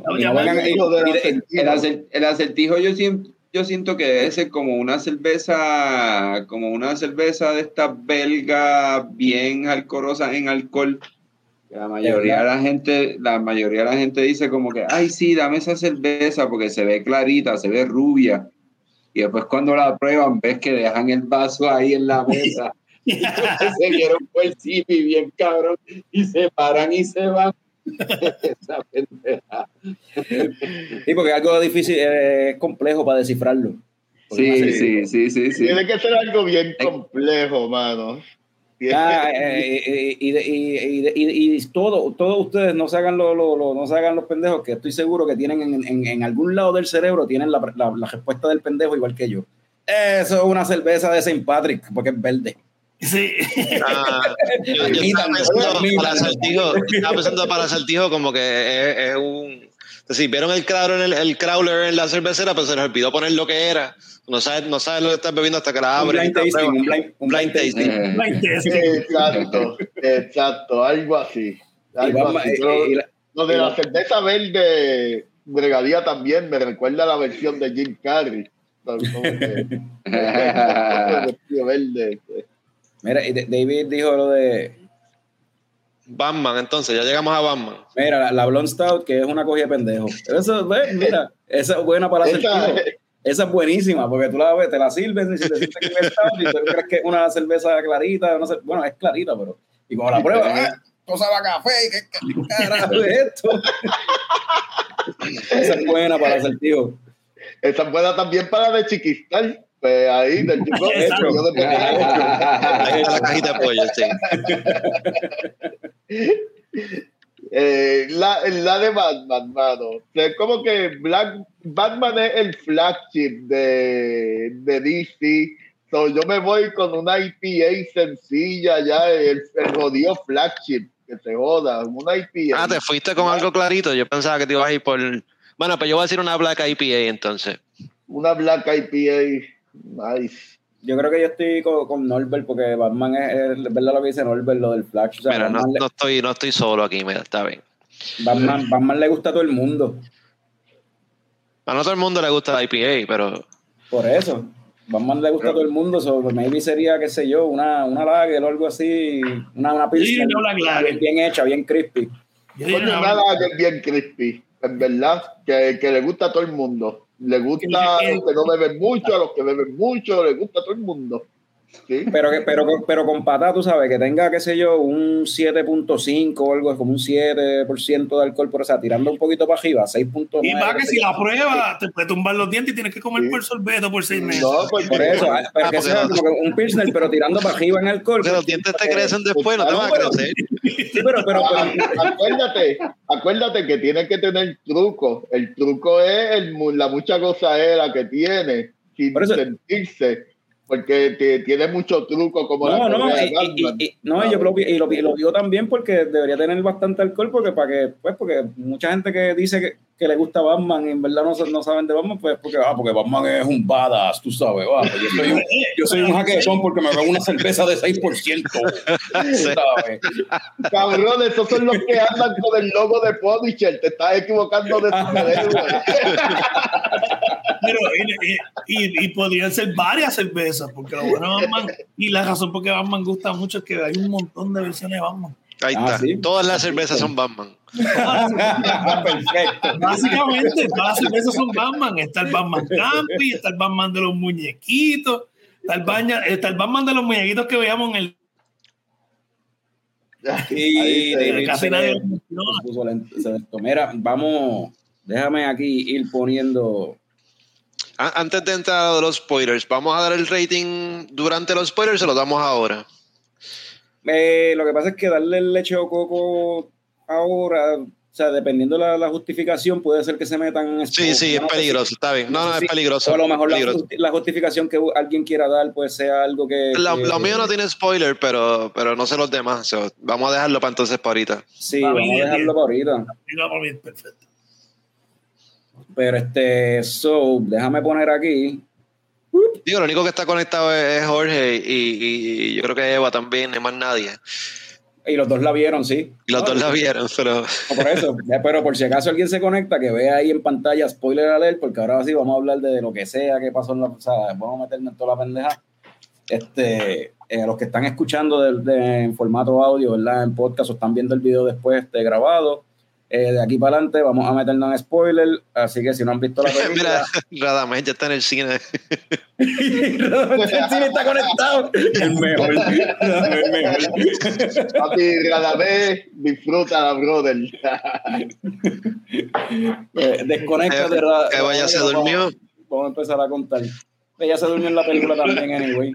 El Acertijo yo siento que debe ser como una cerveza de estas belgas bien alcoholosas en alcohol. La mayoría de la gente dice como que, ay sí, dame esa cerveza porque se ve clarita, se ve rubia. Y después cuando la prueban ves que dejan el vaso ahí en la mesa. Se vieron por el chipi bien cabrón y se paran y se van. Esa pendeja. Sí, porque es algo difícil, es complejo para descifrarlo. Sí. Tiene que ser algo bien complejo, mano. Y todos ustedes no se hagan los pendejos, que estoy seguro que tienen en algún lado del cerebro tienen la respuesta del pendejo igual que yo. Eso es una cerveza de St. Patrick porque es verde. Sí. Yo estaba pensando para Acertijo como que es un... Si vieron el crawler en la cervecera, pero se les olvidó poner lo que era. No sabes lo que estás bebiendo hasta que la abres. Un blind tasting. Exacto, algo así. Lo de la cerveza verde bregaría también me recuerda a la versión de Jim Carrey. Verde. Mira, y David dijo lo de Batman, entonces, ya llegamos a Batman. Mira, la Blonde Stout, que es una cogida de pendejo. Eso, mira, esa es buena para hacer. Esa es buenísima, porque tú la ves, te la sirves y si te sientes que y tú crees que es una cerveza clarita, no sé, bueno, es clarita, pero y cuando la pruebas, cosa va café, ¿qué carajo es esto? Esa es buena para hacer, tío. Esa es buena también para de Chiquistal. Pues ahí, del chico. Ahí está la cajita de pollo, sí. La de Batman, mano. O sea, como que Batman es el flagship de DC. So, yo me voy con una IPA sencilla ya, el jodido flagship, que se joda, una IPA. Te fuiste con algo clarito. Yo pensaba que te ibas a ir por... Bueno, pues yo voy a decir una Black IPA entonces. Una Black IPA, nice. Yo creo que yo estoy con Norbert, porque Batman es verdad lo que dice Norbert, lo del Flash. O sea, mira, no estoy solo aquí, mira, está bien. Batman le gusta a todo el mundo. A no todo el mundo le gusta la IPA, pero... Por eso, Batman le gusta a todo el mundo, so maybe sería, qué sé yo, una lager o algo así, una pilsen bien hecha, bien crispy. Una lager bien crispy, en verdad, que le gusta a todo el mundo. Le gusta a los que no beben mucho, a los que beben mucho, le gusta a todo el mundo. ¿Sí? Pero con patá, tú sabes, que tenga, qué sé yo, un 7.5 o algo, como un 7% de alcohol, por, o sea, tirando un poquito para arriba, 6.9. Y va que si la prueba te puede tumbar los dientes y tienes que comer por sorbeto por 6 meses. No, pues, por eso, pero que sea como un pilsner, pero tirando para arriba en alcohol. Porque los dientes te crecen después, no te van a crecer. Sí, pero acuérdate que tiene que tener truco. El truco es la mucha gozadera que tiene sin sentirse. Porque tiene mucho truco como yo lo digo también porque debería tener bastante alcohol, porque mucha gente que dice que le gusta Batman y en verdad no saben de Batman, pues porque Batman es un badass, tú sabes, yo soy un jaquetón porque me bebo una cerveza de 6%, ¿sabes? Cabrón, esos son los que andan con el logo de Punisher, te estás equivocando de superhéroe. Pero, y podrían ser varias cervezas, porque lo bueno de Batman, y la razón por qué Batman gusta mucho es que hay un montón de versiones de Batman. Ahí está, ¿sí? Todas las cervezas son Batman. Perfecto. Básicamente, todas las cervezas son Batman. Está el Batman Campi, está el Batman de los muñequitos, está el Batman de los muñequitos que veíamos en el... Casi nadie lo menciona. Mira, vamos, déjame aquí ir poniendo... Antes de entrar a los spoilers, ¿vamos a dar el rating durante los spoilers o lo damos ahora? Lo que pasa es que darle el leche o coco ahora, o sea, dependiendo de la justificación, puede ser que se metan en spoilers. Sí, es peligroso, está bien. No, es peligroso. O a lo mejor la justificación que alguien quiera dar puede ser algo que... Lo mío no tiene spoiler, pero no sé los demás. So, vamos a dejarlo para entonces para ahorita. Sí, vamos a dejarlo para ahorita. Perfecto. Pero déjame poner aquí. Digo, lo único que está conectado es Jorge y yo creo que Eva también, no hay más nadie. Y los dos la vieron, sí. Y los dos la vieron, pero... Por eso, pero por si acaso alguien se conecta, que vea ahí en pantalla spoiler alert, porque ahora sí vamos a hablar de lo que sea que pasó en la... O sea, vamos a meternos en toda la pendeja. Los que están escuchando en formato audio, ¿verdad? En podcast o están viendo el video después grabado. De aquí para adelante vamos a meternos en spoiler, así que si no han visto la película... Mira, Radamés ya está en el cine. Radamés en el cine está conectado. El mejor. Papi, Radamés, disfruta, brother. Desconecta de Radamés. Eva ya se durmió. Vamos a empezar a contar. Ella se durmió en la película también, anyway.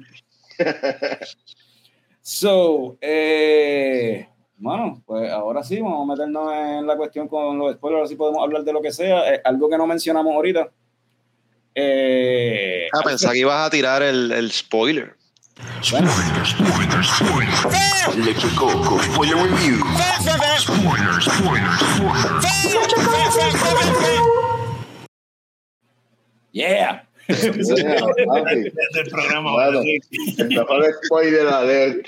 Bueno, pues ahora sí, vamos a meternos en la cuestión con los spoilers, ahora sí podemos hablar de lo que sea. Algo que no mencionamos ahorita. Pensaba que ibas a tirar el spoiler. Bueno. Spoilers. Leche Coco, spoiler review. Spoilers. Yeah. Del programa. Bueno, el mejor spoiler alert.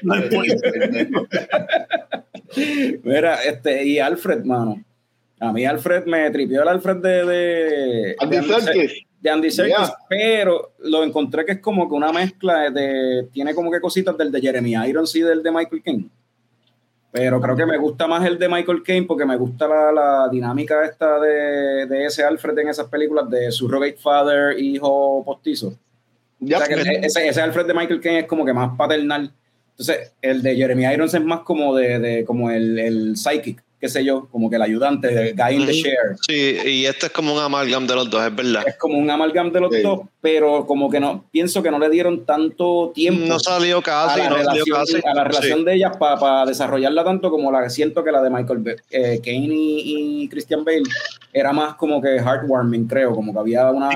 Mira, y Alfred, mano. A mí Alfred me tripió el Alfred de Andy Serkis, pero lo encontré que es como que una mezcla tiene como que cositas del de Jeremy Irons y del de Michael Caine. Pero creo que me gusta más el de Michael Caine porque me gusta la dinámica esta de ese Alfred en esas películas de surrogate father, hijo postizo. Yep. O sea, que ese Alfred de Michael Caine es como que más paternal. Entonces, el de Jeremy Irons es más como como el psychic, qué sé yo, como que el ayudante, el guy in the chair. Sí, y este es como un amalgam de los dos, es verdad. Es como un amalgam de los dos, pero como que no, pienso que no le dieron tanto tiempo. No salió casi, a la relación de ellas para desarrollarla tanto como siento que la de Michael Caine y Christian Bale era más como que heartwarming, creo, como que había una...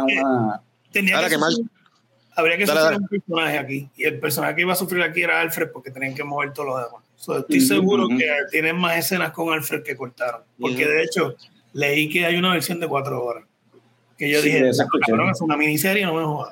Habría que sufrir un personaje aquí. Y el personaje que iba a sufrir aquí era Alfred porque tenían que mover todos los demás. Estoy seguro que tienen más escenas con Alfred que cortaron. Porque de hecho, leí que hay una versión de 4 horas. Que yo dije, es una miniserie, no me jodas.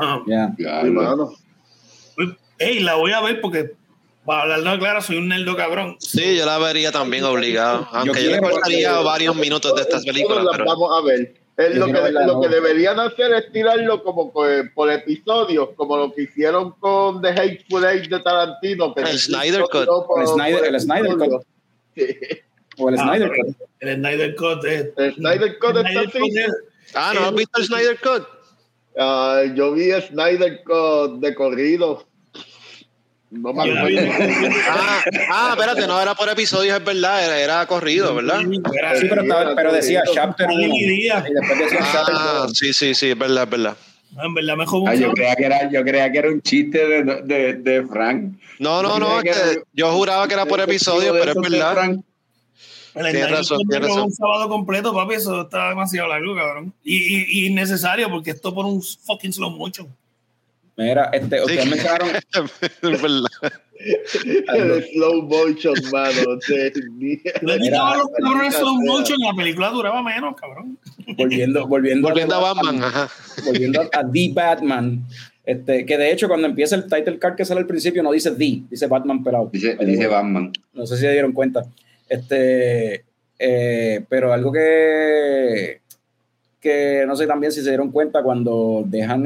Ey, la voy a ver porque, para hablarlo claro, soy un nerdo cabrón. Sí, yo la vería también obligado. Aunque yo le cortaría varios minutos de estas películas. Pero... Vamos a ver. Lo que deberían hacer es tirarlo como por episodios, como lo que hicieron con The Hateful Eight de Tarantino. El Snyder Cut. El Snyder Cut. Sí. O el Snyder Cut. El Snyder Cut es... El Snyder Cut está así. ¿No has visto el Snyder Cut? Yo vi el Snyder Cut de corrido. No me acuerdo. Espérate, no era por episodios, es verdad, era corrido, ¿verdad? Sí, pero decía Chapter 1 y después decía Chapter 2. Sí, es verdad. En verdad mejor yo creía que era un chiste de Frank. No, yo juraba que era por episodios, pero es verdad. Tienes razón. Un sábado completo, papi, eso está demasiado largo, cabrón. Y innecesario, porque esto por un fucking slow motion. Mira, ustedes mencionaron... Es verdad. El slow motion, mano. Le quitaban los cabrones slow motion y la película duraba menos, cabrón. Volviendo a Batman, volviendo a The Batman. Que de hecho cuando empieza el title card que sale al principio no dice The, dice Batman pelado. Dice Batman. No sé si se dieron cuenta. Pero algo que no sé también si se dieron cuenta cuando dejan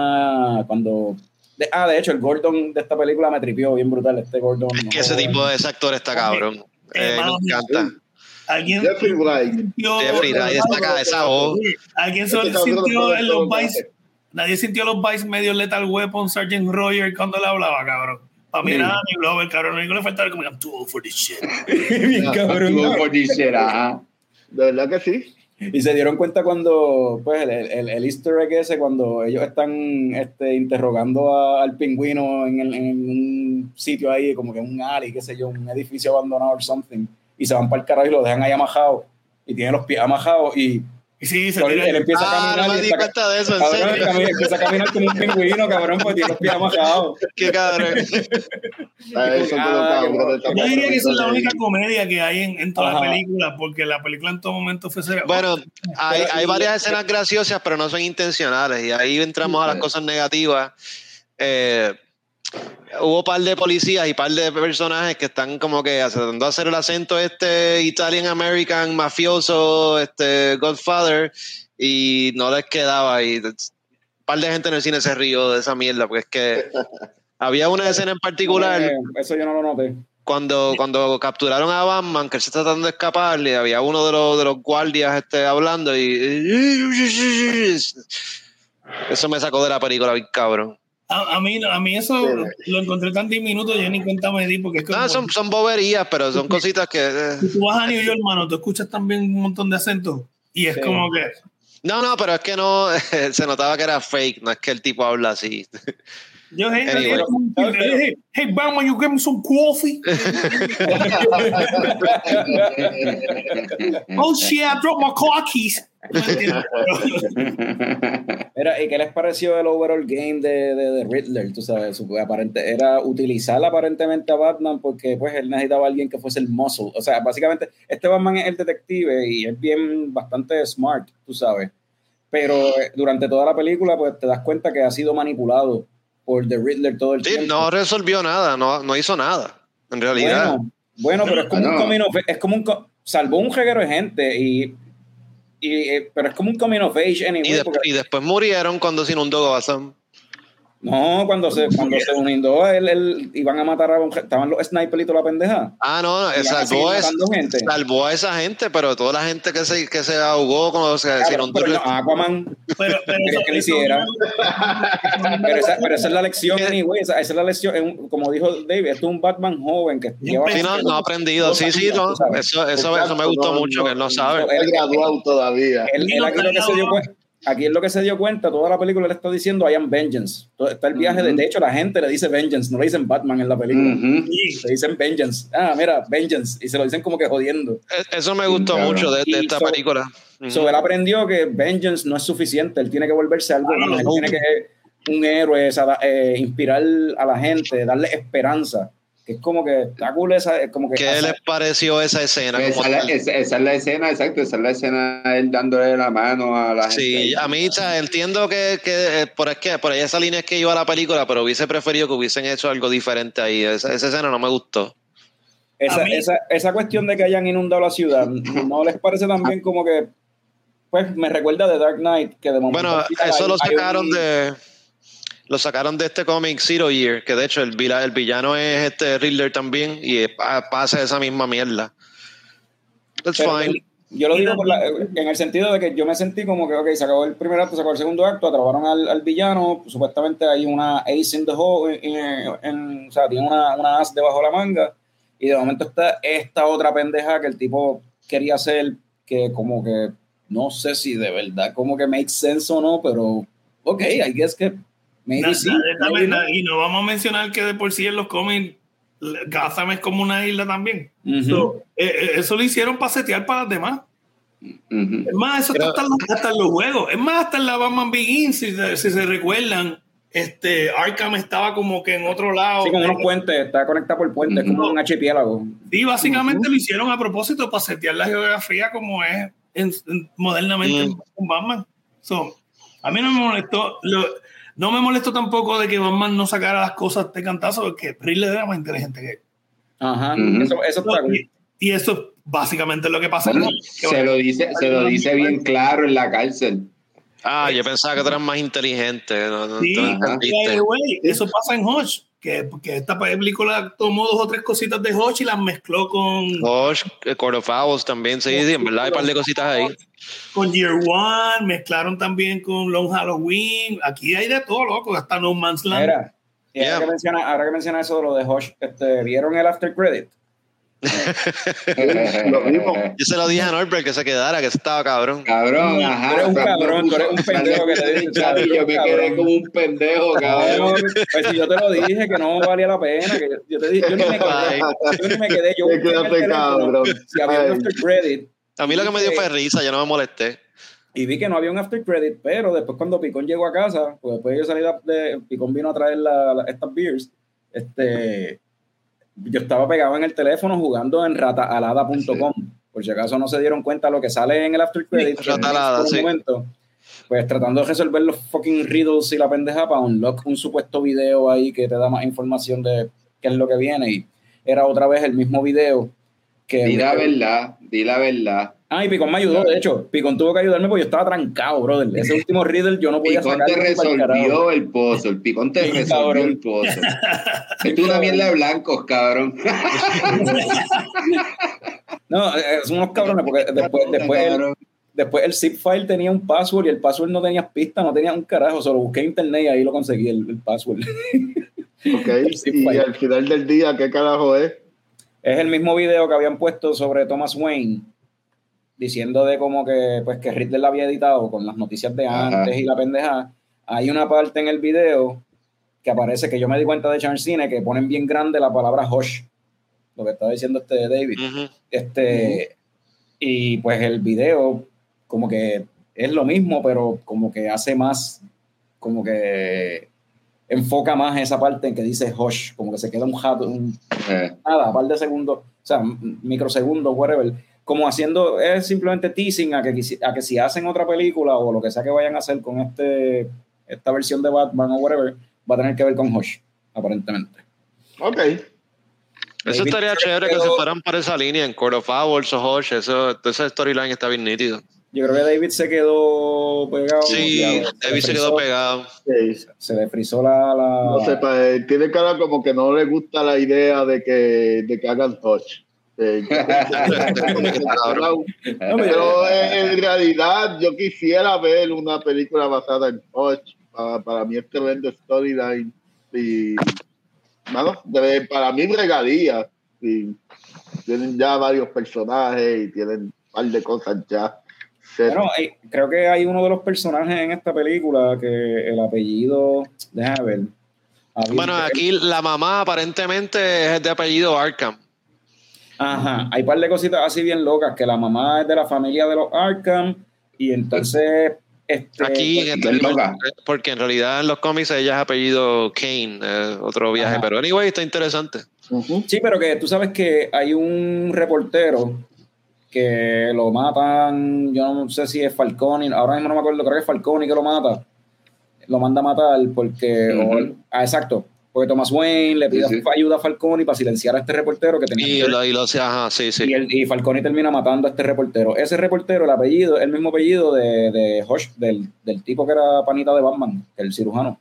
de hecho el Gordon de esta película me tripió bien brutal. Gordon, es que ese tipo de ese actor está cabrón. Me encanta. Jeffrey Wright está esa voz. ¿Alguien sintió en los Vice? Nadie sintió los Vice medio Lethal Weapon, Sergeant Roger cuando le hablaba, cabrón. Para mí nada, ni Glover, cabrón. No le faltaba como I'm too old for this shit. Bien cabrón. Too old for this shit, De verdad que sí. Y se dieron cuenta cuando, pues, el easter egg ese, cuando ellos están interrogando al pingüino en un sitio ahí, como que un alley, qué sé yo, un edificio abandonado or something, y se van para el carajo y lo dejan ahí amajado, y tiene los pies amajados, y sí, él empieza a caminar. No me di cuenta de eso, cabrón, empieza a caminar como un pingüino, cabrón, porque tiene los pies amajados. Qué cabrón. Yo diría que esa es la única comedia que hay en toda la película, porque la película en todo momento fue seria. Bueno, hay varias escenas graciosas, pero no son intencionales, y ahí entramos a las cosas negativas. Hubo un par de policías y un par de personajes que están como que tratando de hacer el acento Italian American mafioso, Godfather, y no les quedaba, y un par de gente en el cine se rió de esa mierda, porque es que había una escena en particular. Eso yo no lo noté. Cuando capturaron a Batman, que él se está tratando de escapar, y había uno de los guardias hablando, y eso me sacó de la película, bien cabrón. A mí eso lo encontré tan diminuto, yo ni cuenta me di, porque es como, son boberías, pero son cositas que... Si tú vas a New York, hermano, tú escuchas también un montón de acentos, y es como que... No, pero es que no, se notaba que era fake, no es que el tipo habla así. Yo, hey, Batman, you give me some coffee? Oh, shit, I dropped my car keys. ¿Y qué les pareció el overall game de Riddler? Tú sabes, era utilizar aparentemente a Batman porque pues él necesitaba a alguien que fuese el muscle. O sea, básicamente este Batman es el detective y es bastante smart, tú sabes. Pero durante toda la película pues te das cuenta que ha sido manipulado por The Riddler todo el tiempo. No resolvió nada, no hizo nada, en realidad. Bueno, pero es como un camino, salvó un reguero de gente pero es como un coming of age anyway. Y después murieron cuando se inundó Gotham. No, cuando se unindó, él iban a matar estaban los snipers y toda la pendeja. No, salvó a esa gente, pero toda la gente que se ahogó cuando se inundó. Pero Aquaman pero que le hiciera. Pero esa es la lección, anyway. Esa es la lección, como dijo David, esto es un Batman joven que lleva. Sí, no ha aprendido. Sí, no. Eso me gustó mucho, que él no sabe. Él graduado todavía. Aquí es lo que se dio cuenta, toda la película le está diciendo I am vengeance. Está el viaje de hecho la gente le dice vengeance, no le dicen Batman en la película. Le dicen vengeance. Mira, vengeance. Y se lo dicen como que jodiendo. Eso me gustó mucho de esta película. Él aprendió que vengeance no es suficiente, él tiene que volverse algo más, él tiene que ser un héroe, inspirar a la gente, darle esperanza. Que es como que está cool esa, como que. ¿Qué les pareció esa escena? Esa es la escena, exacto. Esa es la escena de él dándole la mano a la gente. Sí, a mí entiendo que por ahí esa línea es que iba la película, pero hubiese preferido que hubiesen hecho algo diferente ahí. Esa escena no me gustó. Esa cuestión de que hayan inundado la ciudad, ¿no les parece también como que, pues, me recuerda de Dark Knight, que de momento... Bueno, eso lo sacaron de este cómic Zero Year, que de hecho el villano es Riddler también, y pasa esa misma mierda. That's fine. Yo lo digo en el sentido de que yo me sentí como que, se acabó el primer acto, se acabó el segundo acto, atraparon al villano, supuestamente hay una ace in the hole, o sea, tiene una as debajo de la manga, y de momento está esta otra pendeja que el tipo quería hacer, que como que, no sé si de verdad como que makes sense o no, pero ok, I guess que maybe sí. Y no vamos a mencionar que de por sí en los cómics Gotham es como una isla también. Eso lo hicieron para setear para las demás. Es más, eso está hasta en los juegos. Es más, hasta en la Batman Begins, si se recuerdan, Arkham estaba como que en otro lado. Sí, con unos puentes, está conectado por puentes, como un archipiélago. Sí, básicamente lo hicieron a propósito para setear la geografía como es modernamente con Batman. A mí no me molestó. No me molestó tampoco de que Batman no sacara las cosas de cantazo, porque Riddler era más inteligente que él. Ajá, eso está cool. Y eso básicamente es lo que pasa. Se lo dice bien claro en la cárcel. Yo pensaba que tú eras más inteligente. Eso pasa en Hush, que esta película tomó 2 o 3 cositas de Hush y las mezcló con Hush, Court of Owls también, sí, en verdad hay un par de cositas ahí. Con Year One, mezclaron también con Long Halloween. Aquí hay de todo, loco, hasta No Man's Land. Mira, ahora que menciona eso de lo de Hush, ¿vieron el after credit? Lo mismo. Yo se lo dije a Norbert que se quedara, que estaba cabrón. Ajá. Tú eres un cabrón, tú eres un pendejo que te dije. Yo me quedé como un pendejo, cabrón. Pues si yo te lo dije que no valía la pena, que yo te dije, yo ni me quedé. Yo quédate cabrón. Si había un after credit. A mí lo que me dio fue risa, yo no me molesté. Y vi que no había un after credit, pero después cuando Picón llegó a casa, pues después yo salí Picón vino a traer estas beers, yo estaba pegado en el teléfono jugando en rataalada.com, por si acaso no se dieron cuenta lo que sale en el after credit. Rataalada, sí. Momento, pues tratando de resolver los fucking riddles y la pendeja para unlock un supuesto video ahí que te da más información de qué es lo que viene, y era otra vez el mismo video que... Di la verdad. Y Picón me ayudó, de hecho. Picón tuvo que ayudarme porque yo estaba trancado, brother. Ese último riddle yo no podía sacar. Picón te resolvió el pozo. El Picón te resolvió el pozo. Esto es una mierda de blancos, cabrón. No, son unos cabrones porque después el zip file tenía un password y el password no tenía pista, no tenía un carajo. Solo busqué en internet y ahí lo conseguí, el password. Ok, y al final del día, ¿qué carajo es? Es el mismo video que habían puesto sobre Thomas Wayne, diciendo de como que, pues, que Riddler la había editado con las noticias de antes y la pendeja. Hay una parte en el video que aparece, que yo me di cuenta de Chancine, que ponen bien grande la palabra Hush, lo que estaba diciendo David. Y pues el video como que es lo mismo, pero como que hace más, como que enfoca más esa parte en que dice Hush, como que se queda nada, un par de segundos, o sea, microsegundos, whatever, como haciendo, es simplemente teasing a que si hacen otra película o lo que sea que vayan a hacer con esta versión de Batman o whatever, va a tener que ver con Hush, aparentemente. Ok. Eso estaría chévere que se fueran por esa línea en Court of Owls o Hush, esa storyline está bien nítido. Yo creo que David se quedó pegado. Sí, David se quedó pegado. Sí. Se le frizó la... No sé, tiene cara como que no le gusta la idea de que hagan Hush. Pero en realidad yo quisiera ver una película basada en Hush. Para mí es tremendo storyline. Y bueno, para mí regalía. Y tienen ya varios personajes y tienen un par de cosas ya. Bueno, creo que hay uno de los personajes en esta película que el apellido, déjame ver. Bueno, aquí la mamá aparentemente es de apellido Arkham. Ajá, hay un par de cositas así bien locas, que la mamá es de la familia de los Arkham y entonces... aquí, porque en realidad en los cómics ella es apellido Kane, otro viaje, pero anyway, está interesante. Sí, pero que tú sabes que hay un reportero que lo matan, yo no sé si es Falcone, ahora mismo no me acuerdo, creo que es Falcone que lo mata, lo manda a matar porque, exacto, porque Thomas Wayne le pide ayuda a Falcone para silenciar a este reportero que tenía y Falcone termina matando a este reportero. Ese reportero, el apellido, el mismo apellido de Hush, del tipo que era panita de Batman, el cirujano.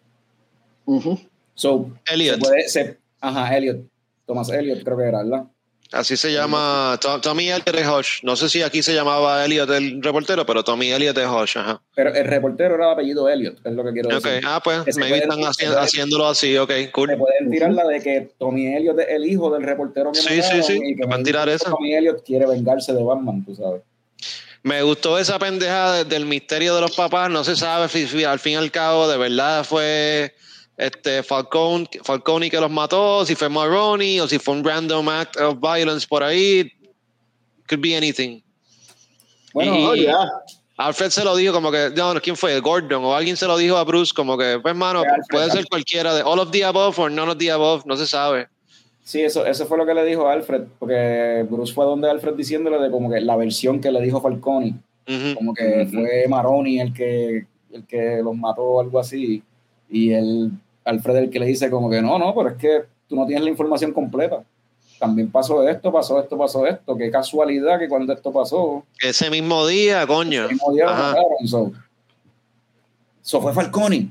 Elliot. Elliot. Thomas Elliot creo que era, ¿verdad? Así se llama Tommy Elliot es Hush. No sé si aquí se llamaba Elliot el reportero, pero Tommy Elliot es Hush. Ajá. Pero el reportero era de apellido Elliot, es lo que quiero decir. Pues maybe están haciéndolo así, cool. Se pueden tirar la de que Tommy Elliot es el hijo del reportero que sí. Y que van a tirar eso. Tommy Elliot quiere vengarse de Batman, tú sabes. Me gustó esa pendeja del misterio de los papás. No se sabe si al fin y al cabo de verdad fue... Falcone que los mató, si fue Maroni o si fue un random act of violence por ahí, could be anything. Bueno, Alfred se lo dijo como que, no, ¿quién fue? Gordon o alguien se lo dijo a Bruce como que, pues hermano, puede ser cualquiera de all of the above or none of the above, no se sabe. Sí, eso fue lo que le dijo a Alfred, porque Bruce fue donde Alfred diciéndole de como que la versión que le dijo Falcone, como que fue Maroni el que los mató o algo así, y Alfred el que le dice como que no, pero es que tú no tienes la información completa. También pasó esto, qué casualidad que cuando esto pasó. Ese mismo día, coño. Ese mismo día lo mataron. So fue Falcone.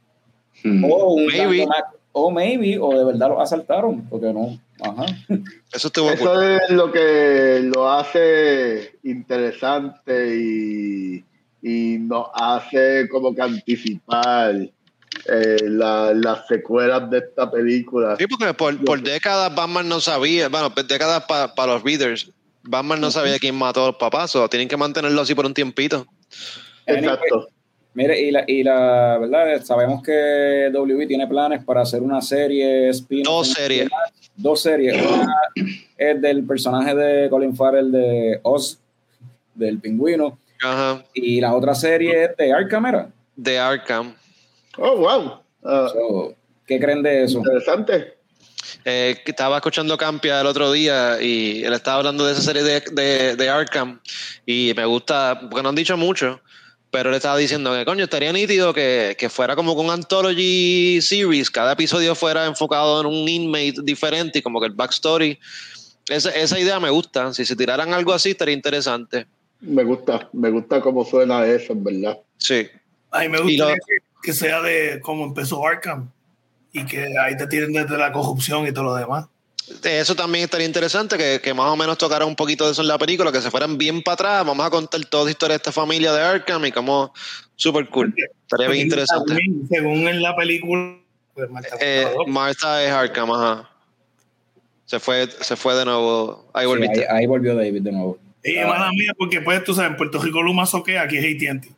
Maybe, o de verdad lo asaltaron, porque no. Eso es lo que lo hace interesante y nos hace como que anticipar las secuelas de esta película. Sí, porque por décadas Batman no sabía, décadas para los readers, Batman no sabía quién mató a los papás, o tienen que mantenerlo así por un tiempito. Exacto. Mire, y la verdad, sabemos que WB tiene planes para hacer una serie Dos series. Una es del personaje de Colin Farrell de Oz, del pingüino. Y la otra serie es de Arkham, ¿era? De Arkham. Oh, wow. ¿Qué creen de eso? Interesante. Estaba escuchando Campia el otro día y él estaba hablando de esa serie de Arkham y me gusta, porque no han dicho mucho, pero le estaba diciendo que coño, estaría nítido que fuera como con un anthology series, cada episodio fuera enfocado en un inmate diferente y como que el backstory, esa idea me gusta. Si se tiraran algo así estaría interesante. Me gusta cómo suena eso, en verdad. Sí. Ay, me gusta que sea de cómo empezó Arkham y que ahí te tiren desde la corrupción y todo lo demás. Eso también estaría interesante, que más o menos tocara un poquito de eso en la película, que se fueran bien para atrás. Vamos a contar toda la historia de esta familia de Arkham y como super cool. Estaría bien interesante. Según en la película, pues Martha es Arkham, Se fue de nuevo. Ahí volviste. Ahí volvió David de nuevo. Y mala mía, porque pues tú sabes, en Puerto Rico Luma soquea, aquí es AT&T.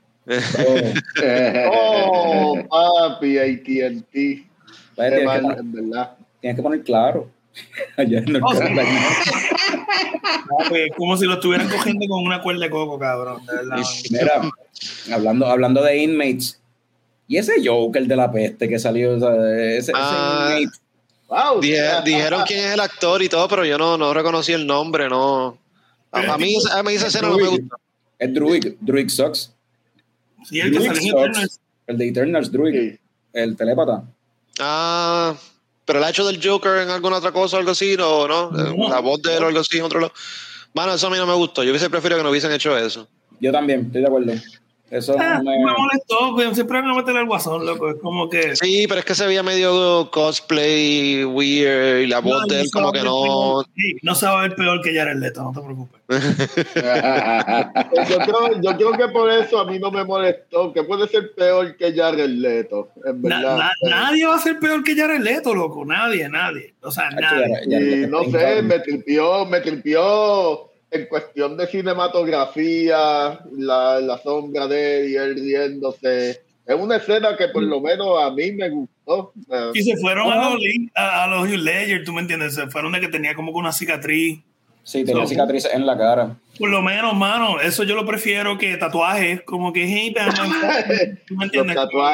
Papi, AT&T. En verdad. Tienes que poner claro. Es como si lo estuvieran cogiendo con una cuerda de coco, cabrón. De verdad. Mira, hablando de inmates, y ese Joker de la peste que salió, ese inmate. Wow. Dijeron quién es el actor y todo, pero yo no reconocí el nombre, no. A mí esa escena no me gusta. Es Druig Sucks. Sí, el que salió en Eternals. El de Eternals, Druig. El telépata. Pero el hecho del Joker en alguna otra cosa o algo así, no. La voz de él o algo así en otro lado. Bueno, eso a mí no me gustó. Yo hubiese preferido que no hubiesen hecho eso. Yo también, estoy de acuerdo. Eso me molestó, siempre van a meter al Guasón, loco, es como que... Sí, pero es que se veía medio cosplay, weird, y la voz de él como que no... No se va a ver peor que Jared Leto, no te preocupes. yo creo que por eso a mí no me molestó, que puede ser peor que Jared Leto, en verdad. Nadie va a ser peor que Jared Leto, loco, nadie. O sea, nadie. Y no sé, me tripió en cuestión de cinematografía, la sombra de él y él riéndose. Es una escena que por lo menos a mí me gustó. Y se fueron a los Heath Ledger, tú me entiendes, se fueron de que tenía como que una cicatriz. Sí, tenía cicatrices en la cara. Por lo menos, mano, eso yo lo prefiero que tatuajes, como que hey, ¿tú me entiendes?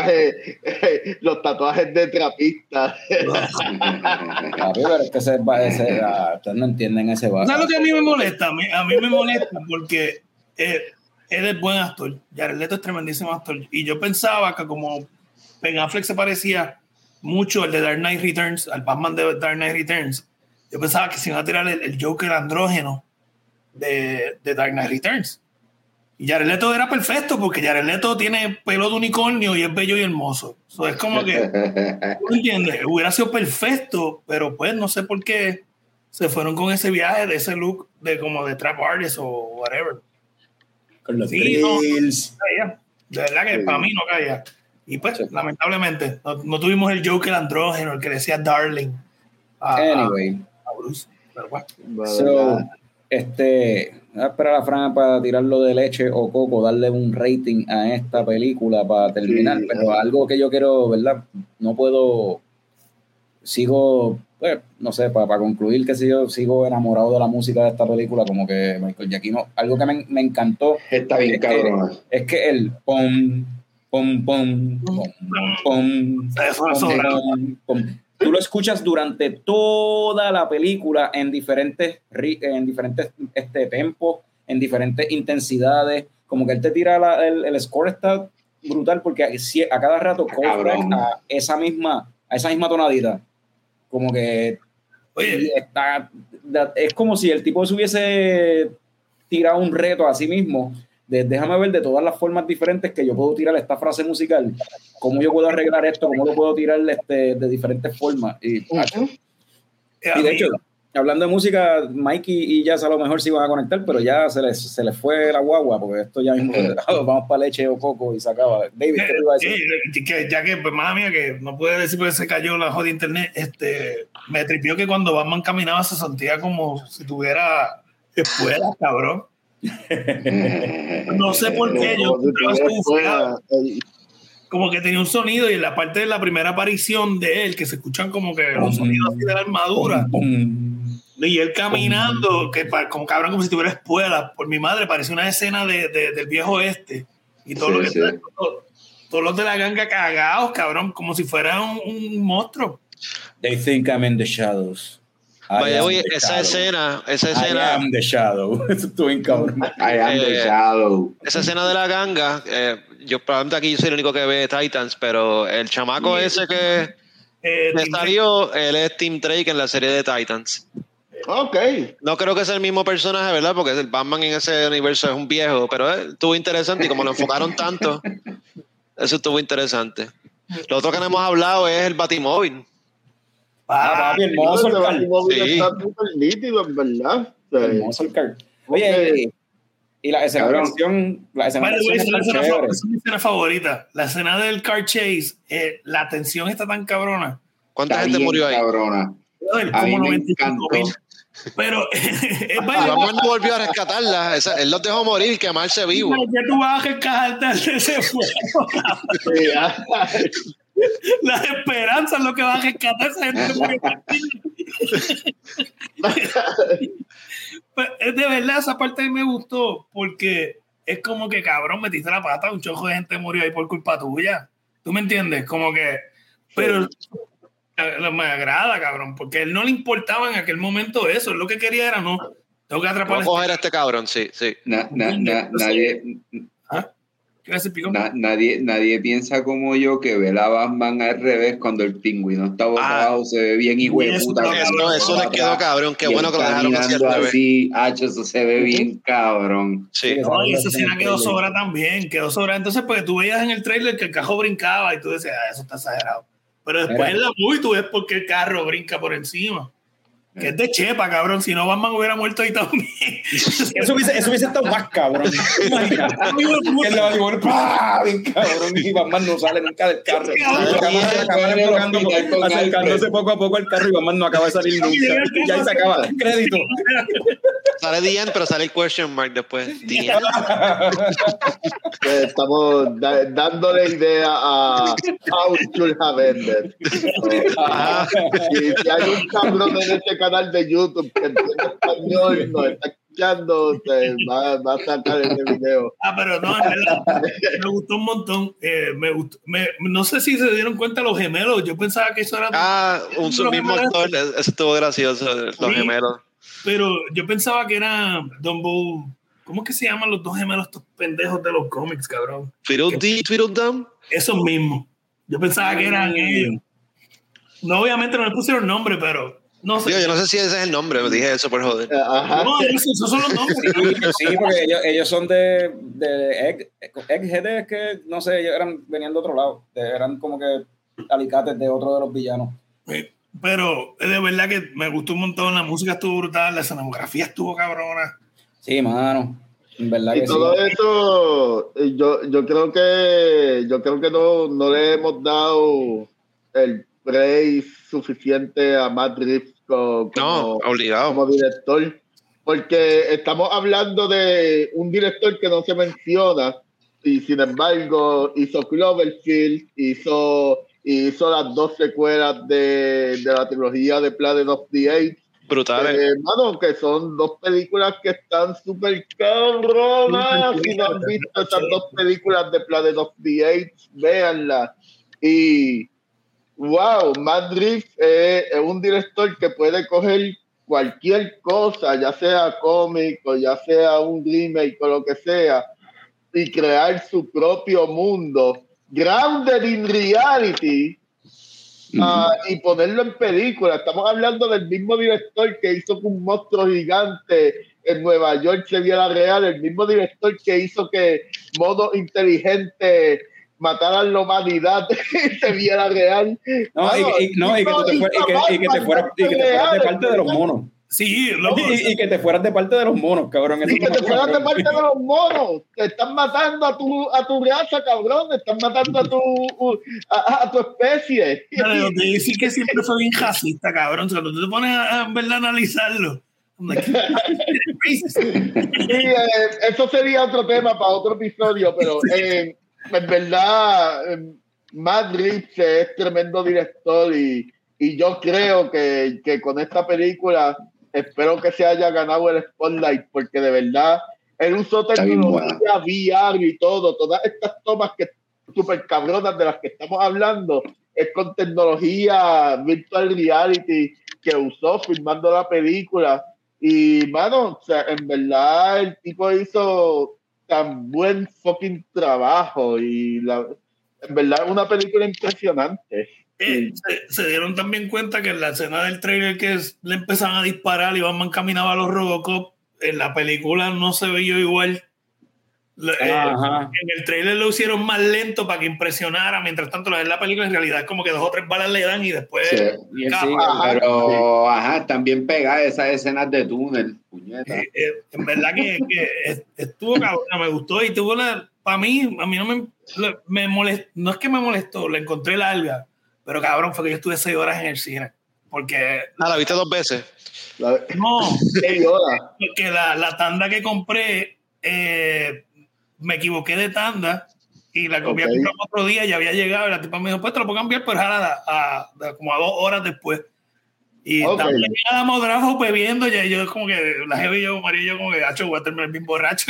Los tatuajes de trapista. Pero es que ustedes no entienden ese vaso. ¿Sabes lo que a mí me molesta? A mí me molesta porque él es buen actor. Jared Leto es tremendísimo actor. Y yo pensaba que como Ben Affleck se parecía mucho al de Dark Knight Returns, al Batman de Dark Knight Returns, yo pensaba que se iba a tirar el Joker andrógeno de Dark Knight Returns. Y Jared Leto era perfecto porque Jared Leto tiene pelo de unicornio y es bello y hermoso. So, es como que, ¿tú entiendes? Hubiera sido perfecto, pero pues no sé por qué se fueron con ese viaje de ese look de como de trap artist o whatever. Con los grills. No, de verdad que para mí no caía. Y pues, lamentablemente, no tuvimos el Joker andrógeno, el que decía Darling. Anyway. Bruce, pero bueno. So, voy a esperar a Fran para tirarlo de leche o coco, darle un rating a esta película para terminar, pero algo que yo quiero, ¿verdad? No puedo, sigo, pues, no sé, para concluir que si yo sigo enamorado de la música de esta película, como que Michael Giacchino, algo que me encantó. Está bien cabrón. Es que el pom, pom, pom, pom, pom, pom. Tú lo escuchas durante toda la película en diferentes tempos, en diferentes intensidades. Como que él te tira el score está brutal porque a cada rato cobra a esa misma tonadita. Como que es como si el tipo se hubiese tirado un reto a sí mismo. Déjame ver de todas las formas diferentes que yo puedo tirar esta frase musical, cómo yo puedo arreglar esto, cómo lo puedo tirar de diferentes formas. Y de hecho, hablando de música, Mikey y Jazz a lo mejor sí van a conectar, pero ya se les fue la guagua, porque esto ya mismo vamos para leche o coco y se acaba. David, ¿qué te iba a decir? Ya que, pues, madre mía, que no puede decir porque se cayó la jodida internet, me tripió que cuando Batman caminaba se sentía como si tuviera espuelas, cabrón. No sé por qué yo como que tenía un sonido y en la parte de la primera aparición de él que se escuchan como que los sonidos así de la armadura y él caminando como cabrón, como si tuviera espuelas. Por mi madre parece una escena del viejo oeste y todo todos los de la ganga cagados, cabrón, como si fuera un monstruo. They think I'm in the shadows. Esa escena I am the shadow. I am the shadow. Esa escena de la ganga, yo probablemente aquí yo soy el único que ve Titans, pero el chamaco ese que salió, él es Tim Drake en la serie de Titans. Okay. No creo que sea el mismo personaje, ¿verdad? Porque el Batman en ese universo es un viejo, pero estuvo interesante y como lo enfocaron tanto, eso estuvo interesante. Lo otro que no hemos hablado es el Batimóvil. Papi, hermoso el car. Sí. Está súper nítido, en verdad. Hermoso el car. Oye, y la escena esa es mi escena favorita. La escena del car chase, la tensión está tan cabrona. ¿Cuánta gente murió ahí? Cabrona. A mí me encantó. Pero Batman no volvió a rescatarla. Él los dejó morir y quemarse vivo. ¿Qué tú vas a rescatarte de ese fuego? La esperanza es lo que va a rescatar esa gente. De verdad, esa parte me gustó porque es como que, cabrón, metiste la pata, un chojo de gente murió ahí por culpa tuya. ¿Tú me entiendes? Como que, pero me agrada, cabrón, porque a él no le importaba en aquel momento eso. Él lo que quería era tengo que atrapar a coger a este cabrón, sí. Nadie. Nadie piensa como yo que ve a Batman al revés cuando el pingüino está botado, se ve bien hijo de puta. Eso les quedó cabrón, qué bueno que lo dejaron así. Eso se ve bien cabrón. Sí. No, y esa escena quedó sobra también, Entonces, porque tú veías en el trailer que el carro brincaba y tú decías, eso está exagerado. Pero después en la movie tú ves por qué el carro brinca por encima. Que es de chepa, cabrón. Si no, Batman hubiera muerto ahí también. Eso hubiese estado más cabrón. Imagínate. Que le va a decir, bien cabrón. Y Batman no sale nunca del carro. Acercándose poco a poco al carro y Batman no acaba de salir nunca. Y ahí se acaba. Crédito. Sale The End, pero sale el question mark después. Estamos dándole idea a How Should Have Ended. Y si hay un cabrón en este canal de YouTube que entiende español y nos está escuchando, va a sacar ese video. Pero no, me gustó un montón. No sé si se dieron cuenta los gemelos. Yo pensaba que eso era un mismo actor. Eso estuvo gracioso, los gemelos. Pero yo pensaba que era Dumbo. ¿Cómo es que se llaman los dos gemelos estos pendejos de los cómics, cabrón? Tweedledum. Esos mismos. Yo pensaba que eran ellos. No, obviamente no les pusieron nombre, pero no sé. Yo no sé si ese es el nombre, me dije eso por joder. No, esos son los nombres. Sí, porque ellos son de Egghead, que no sé, ellos venían de otro lado. Eran como que alicates de otro de los villanos. Pero de verdad que me gustó un montón. La música estuvo brutal, la escenografía estuvo cabrona. Sí, mano. En verdad y que todo sí. eso, yo creo que no le hemos dado el praise suficiente a Matt Reeves como director, porque estamos hablando de un director que no se menciona y sin embargo hizo Cloverfield, hizo las 2 secuelas de la trilogía de Planet of the Apes. Brutales. Mano, que son 2 películas que están súper cabronas. Si no han visto esas 2 películas de Planet of the Apes, véanlas. Y wow, Matt Reeves es un director que puede coger cualquier cosa, ya sea cómic o ya sea un remake o lo que sea, y crear su propio mundo grounded in reality. Y ponerlo en película. Estamos hablando del mismo director que hizo que un monstruo gigante en Nueva York se viera real, el mismo director que hizo que modos inteligentes mataran la humanidad y se viera real. Y que te fueras de parte de los monos. Sí, y que te fueras de parte de los monos, cabrón. Y que te fueras de parte de los monos. Te están matando a tu raza, cabrón. Te están matando a tu especie. Pero te decir que siempre fue bien racista, cabrón. Cuando tú te pones a verdad analizarlo. Eso sería otro tema para otro episodio, pero en verdad Matt Reeves es tremendo director y yo creo que con esta película espero que se haya ganado el spotlight, porque de verdad él usó tecnología VR y todas estas tomas que súper cabronas de las que estamos hablando es con tecnología virtual reality que usó filmando la película. Y mano, o sea, en verdad el tipo hizo tan buen fucking trabajo y en verdad es una película impresionante. Se dieron también cuenta que en la escena del trailer que le empezaban a disparar y Batman caminaba a los Robocop, en la película no se veía igual. En el trailer lo hicieron más lento para que impresionara, mientras tanto en la película en realidad es como que 2 o 3 balas le dan y después pero también pega esas escenas de túnel, puñeta. En verdad que estuvo cabrón, me gustó y tuvo para mí no me molestó, no es que me molestó, la encontré larga, pero cabrón fue que yo estuve 6 horas en el cine porque la viste 2 veces. No, 6 horas porque la tanda que compré me equivoqué de tanda y la comí otro día y ya había llegado y la tipa me dijo, pues te lo puedo cambiar, pero como a 2 horas después. Y estábamos Drajo bebiendo y yo como que la jefe y yo, María y yo como que voy a terminar bien borracho.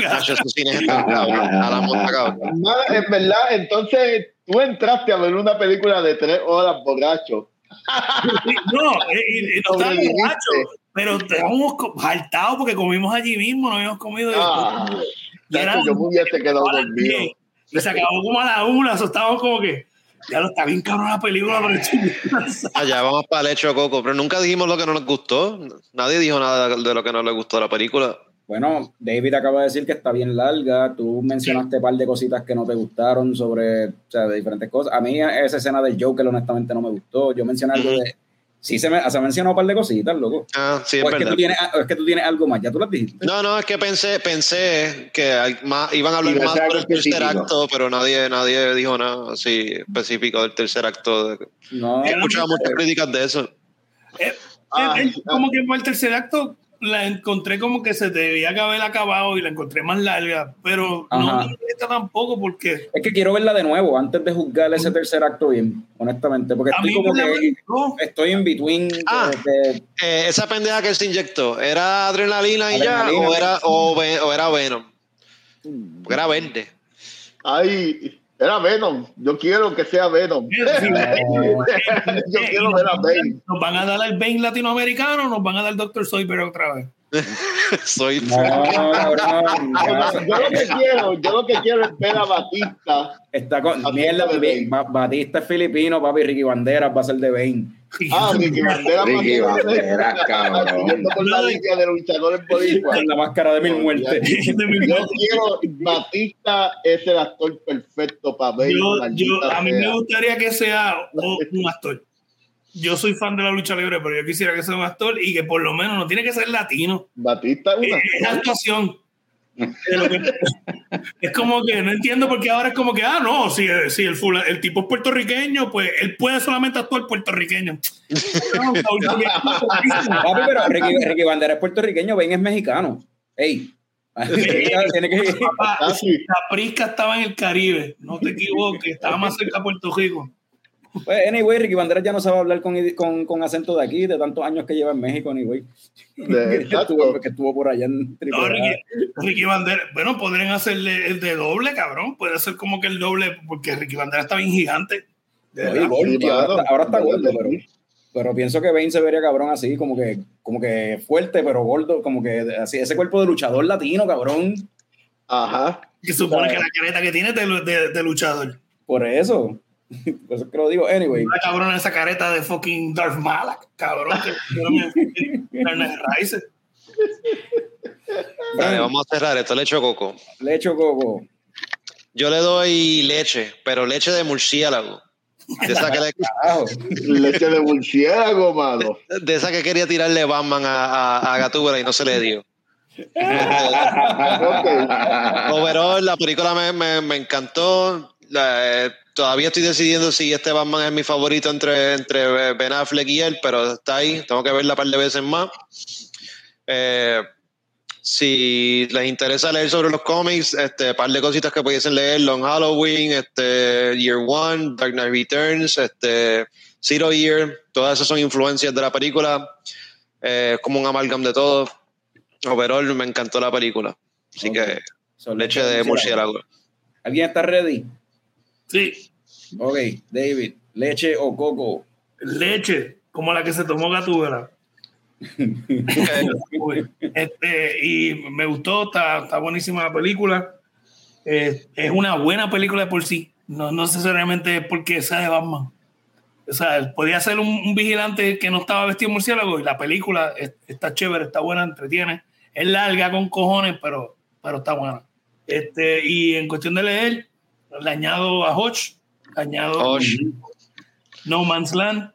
En verdad, entonces tú entraste a ver una película de 3 horas borracho. No estaba borracho, pero estábamos jaltados porque comimos allí mismo, no habíamos comido. Yo me hubiese quedado dormido. Y se acabó como a la 1, eso estábamos como que, ya lo está bien cabrón la película, pero allá vamos para el hecho Coco, pero nunca dijimos lo que no nos gustó. Nadie dijo nada de lo que no le gustó a la película. Bueno, David acaba de decir que está bien larga. Tú mencionaste un par de cositas que no te gustaron sobre, o sea, de diferentes cosas. A mí esa escena del Joker honestamente no me gustó. Yo mencioné algo de... Sí, se mencionó un par de cositas, loco. Ah, sí, es verdad. Es que tú tienes algo más, ya tú las dijiste. No, es que pensé que iban a hablar más sobre el tercer acto, pero nadie dijo nada así específico del tercer acto. No, he escuchado muchas críticas de eso. Como que para el tercer acto la encontré como que se debía haber acabado y la encontré más larga, pero no me molesta tampoco porque... Es que quiero verla de nuevo antes de juzgar ese tercer acto bien, honestamente, porque estoy en between. Esa pendeja que se inyectó, ¿era adrenalina y ya? ¿O era Venom? Porque era verde. Ay... Era Venom. Yo quiero que sea Venom. Yo quiero ver a Bane. ¿Nos van a dar el Bane latinoamericano o nos van a dar Dr. Soyber otra vez? Yo lo que quiero es ver a Batista. Está con mierda, Batista es filipino, papi. Ricky Banderas va a ser de Bane. Ricky Banderas, cabrón. Con la línea de luchadores boricuas. Con la máscara de mil muertes. Yo quiero Batista es el actor perfecto para Bane. A mí me gustaría que sea un actor. Yo soy fan de la lucha libre, pero yo quisiera que sea un actor y que por lo menos no tiene que ser latino. Batista es actuación. Es como que no entiendo por qué ahora es como que, si el tipo es puertorriqueño, pues él puede solamente actuar puertorriqueño. Papi, pero Ricky Bandera es puertorriqueño, Ben es mexicano. Ey. Tiene que... La Prisca estaba en el Caribe, no te equivoques, estaba más cerca de Puerto Rico. Pues, anyway, Ricky Banderas ya no sabe hablar con acento de aquí, de tantos años que lleva en México, anyway. Que estuvo por allá en Ricky Banderas, bueno, podrían hacerle el de doble, cabrón. Puede ser como que el doble, porque Ricky Banderas está bien gigante. Ahora está gordo, pero pienso que Bane se vería cabrón así, como que fuerte, pero gordo, como que así, ese cuerpo de luchador latino, cabrón. Ajá. Que supone que la careta que tiene de luchador. Por eso. Pues es que lo digo, anyway. Una cabrona esa careta de fucking Darth Malak, cabrón. Dale, vamos a cerrar esto. Leche o coco. Yo le doy leche, pero leche de murciélago. De esa que leche de murciélago, mano. De esa que quería tirarle Batman a Gatúbela y no se le dio. Overall, la película me encantó. Todavía estoy decidiendo si este Batman es mi favorito entre Ben Affleck y él, pero está ahí, tengo que verla un par de veces más. Si les interesa leer sobre los cómics, par de cositas que pudiesen leer: Long Halloween, Year One, Dark Knight Returns, Zero Year, todas esas son influencias de la película, como un amalgam de todo. Overall me encantó la película, así que leche de murciélago. ¿Alguien está ready? Sí. Ok, David, ¿leche o coco? Leche, como la que se tomó Gatúbela. Y me gustó, está buenísima la película. Es una buena película de por sí, no necesariamente porque sea de Batman. O sea, podía ser un vigilante que no estaba vestido de murciélago, y la película está chévere, está buena, entretiene. Es larga con cojones, pero está buena. Y en cuestión de leer, le añado a Hodge, No Man's Land,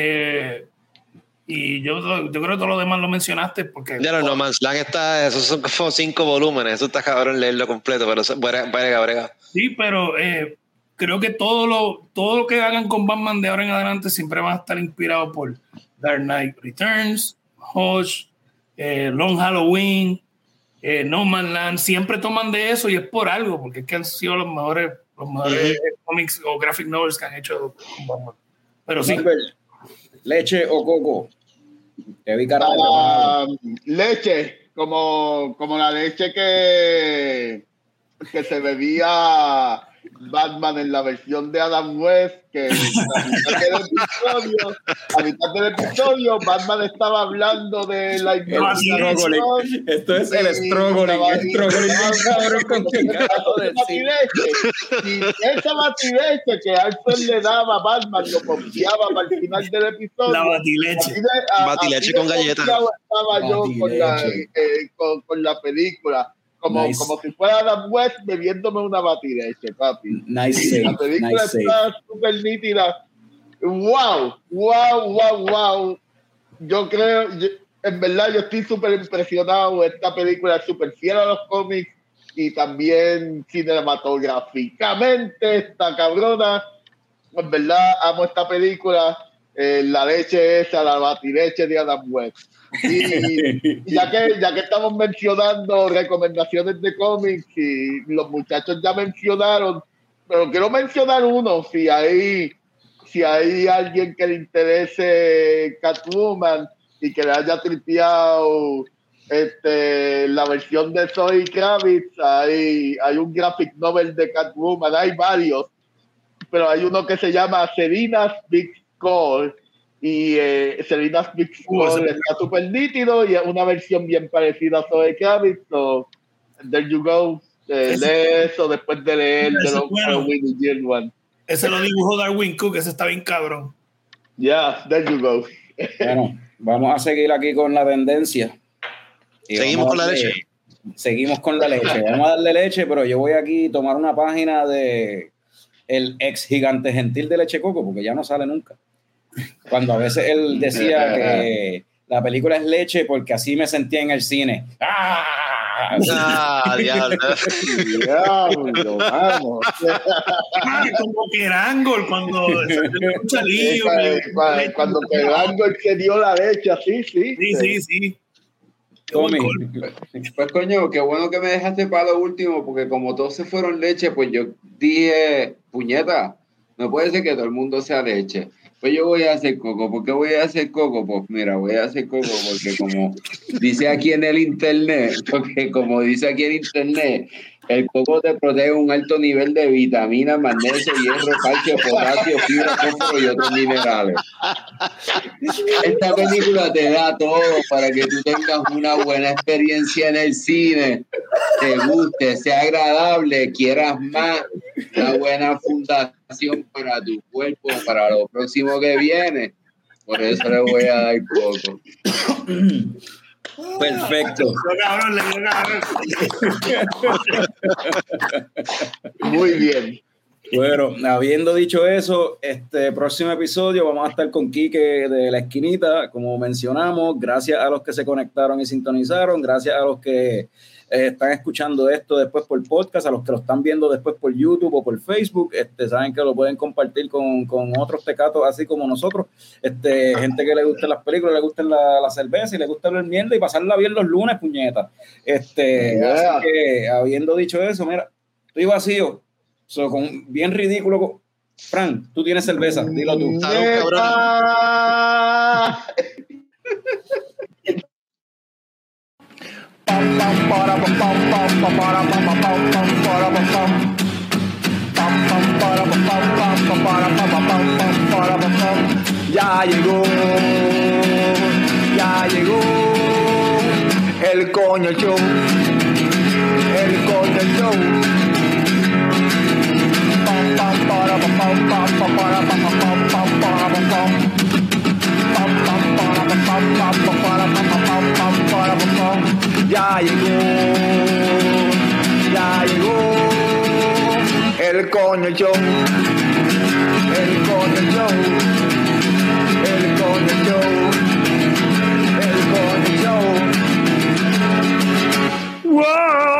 y yo creo que todo lo demás lo mencionaste porque... No Man's Land esos son como 5 volúmenes, eso está cabrón leerlo completo, pero brega. Sí, pero creo que todo lo que hagan con Batman de ahora en adelante siempre va a estar inspirado por Dark Knight Returns, Hodge, Long Halloween, No Man's Land. Siempre toman de eso y es por algo, porque es que han sido los mejores cómics o graphic novels que han hecho con Batman. Pero sí. ¿Leche o coco? Leche, como la leche que se bebía Batman en la versión de Adam West, que a mitad del episodio Batman estaba hablendo de la investigación. Esto es el struggling y esa batileche que Alfred le daba a Batman lo confiaba para el final del episodio. La batileche. Batileche con galletas. Estaba yo con la película. Como si fuera Adam West bebiéndome una batileche, papi. La película está súper nítida. ¡Wow! Yo creo, en verdad, yo estoy súper impresionado. Esta película es súper fiel a los cómics y también cinematográficamente está cabrona. En verdad, amo esta película. La leche esa, la batileche de Adam West. Y ya que estamos mencionando recomendaciones de cómics y los muchachos ya mencionaron, pero quiero mencionar uno, si hay alguien que le interese Catwoman y que le haya tripeado la versión de Zoe Kravitz, hay un graphic novel de Catwoman, hay varios, pero hay uno que se llama Serena's Big Score. Y Serena's Big Score está súper nítido y es una versión bien parecida a Zoe Kravitz. So, there you go. Lee eso después de leer de los Winnie Gilman. Ese lo dibujó Darwin Cook, ese está bien cabrón. Yeah, there you go. Bueno, vamos a seguir aquí con la tendencia. Seguimos con la leche. Seguimos con la leche. Vamos a darle leche, pero yo voy aquí a tomar una página de el ex gigante gentil de Leche Coco, porque ya no sale nunca. Cuando a veces él decía que la película es leche porque así me sentía en el cine. Diablo. Diablo, vamos. Como Kerangol cuando cuando Kerangol se dio la leche, así, sí. Sí. Pues coño, qué bueno que me dejaste para lo último, porque como todos se fueron leche, pues yo dije, puñeta, no puede ser que todo el mundo sea leche. Pues yo voy a hacer coco. ¿Por qué voy a hacer coco? Pues mira, voy a hacer coco porque como dice aquí en el internet, el coco te protege un alto nivel de vitaminas, magnesio, hierro, calcio, potasio, fibra, fósforo y otros minerales. Esta película te da todo para que tú tengas una buena experiencia en el cine, te guste, sea agradable, quieras más, una buena fundación para tu cuerpo, para lo próximo que viene. Por eso le voy a dar coco. Perfecto. Muy bien. Bueno, habiendo dicho eso, próximo episodio vamos a estar con Quique de La Esquinita, como mencionamos, gracias a los que se conectaron y sintonizaron, gracias a los que están escuchando esto después por podcast, a los que lo están viendo después por YouTube o por Facebook, saben que lo pueden compartir con otros tecatos así como nosotros, gente que le gusten las películas, le gusten la cerveza y le gusta el mierda y pasarla bien los lunes, puñeta. Así que, habiendo dicho eso, mira, estoy vacío, bien ridículo. Fran, tú tienes cerveza, dilo tú. Ya llegó el coño show, Ya llegó el coño show,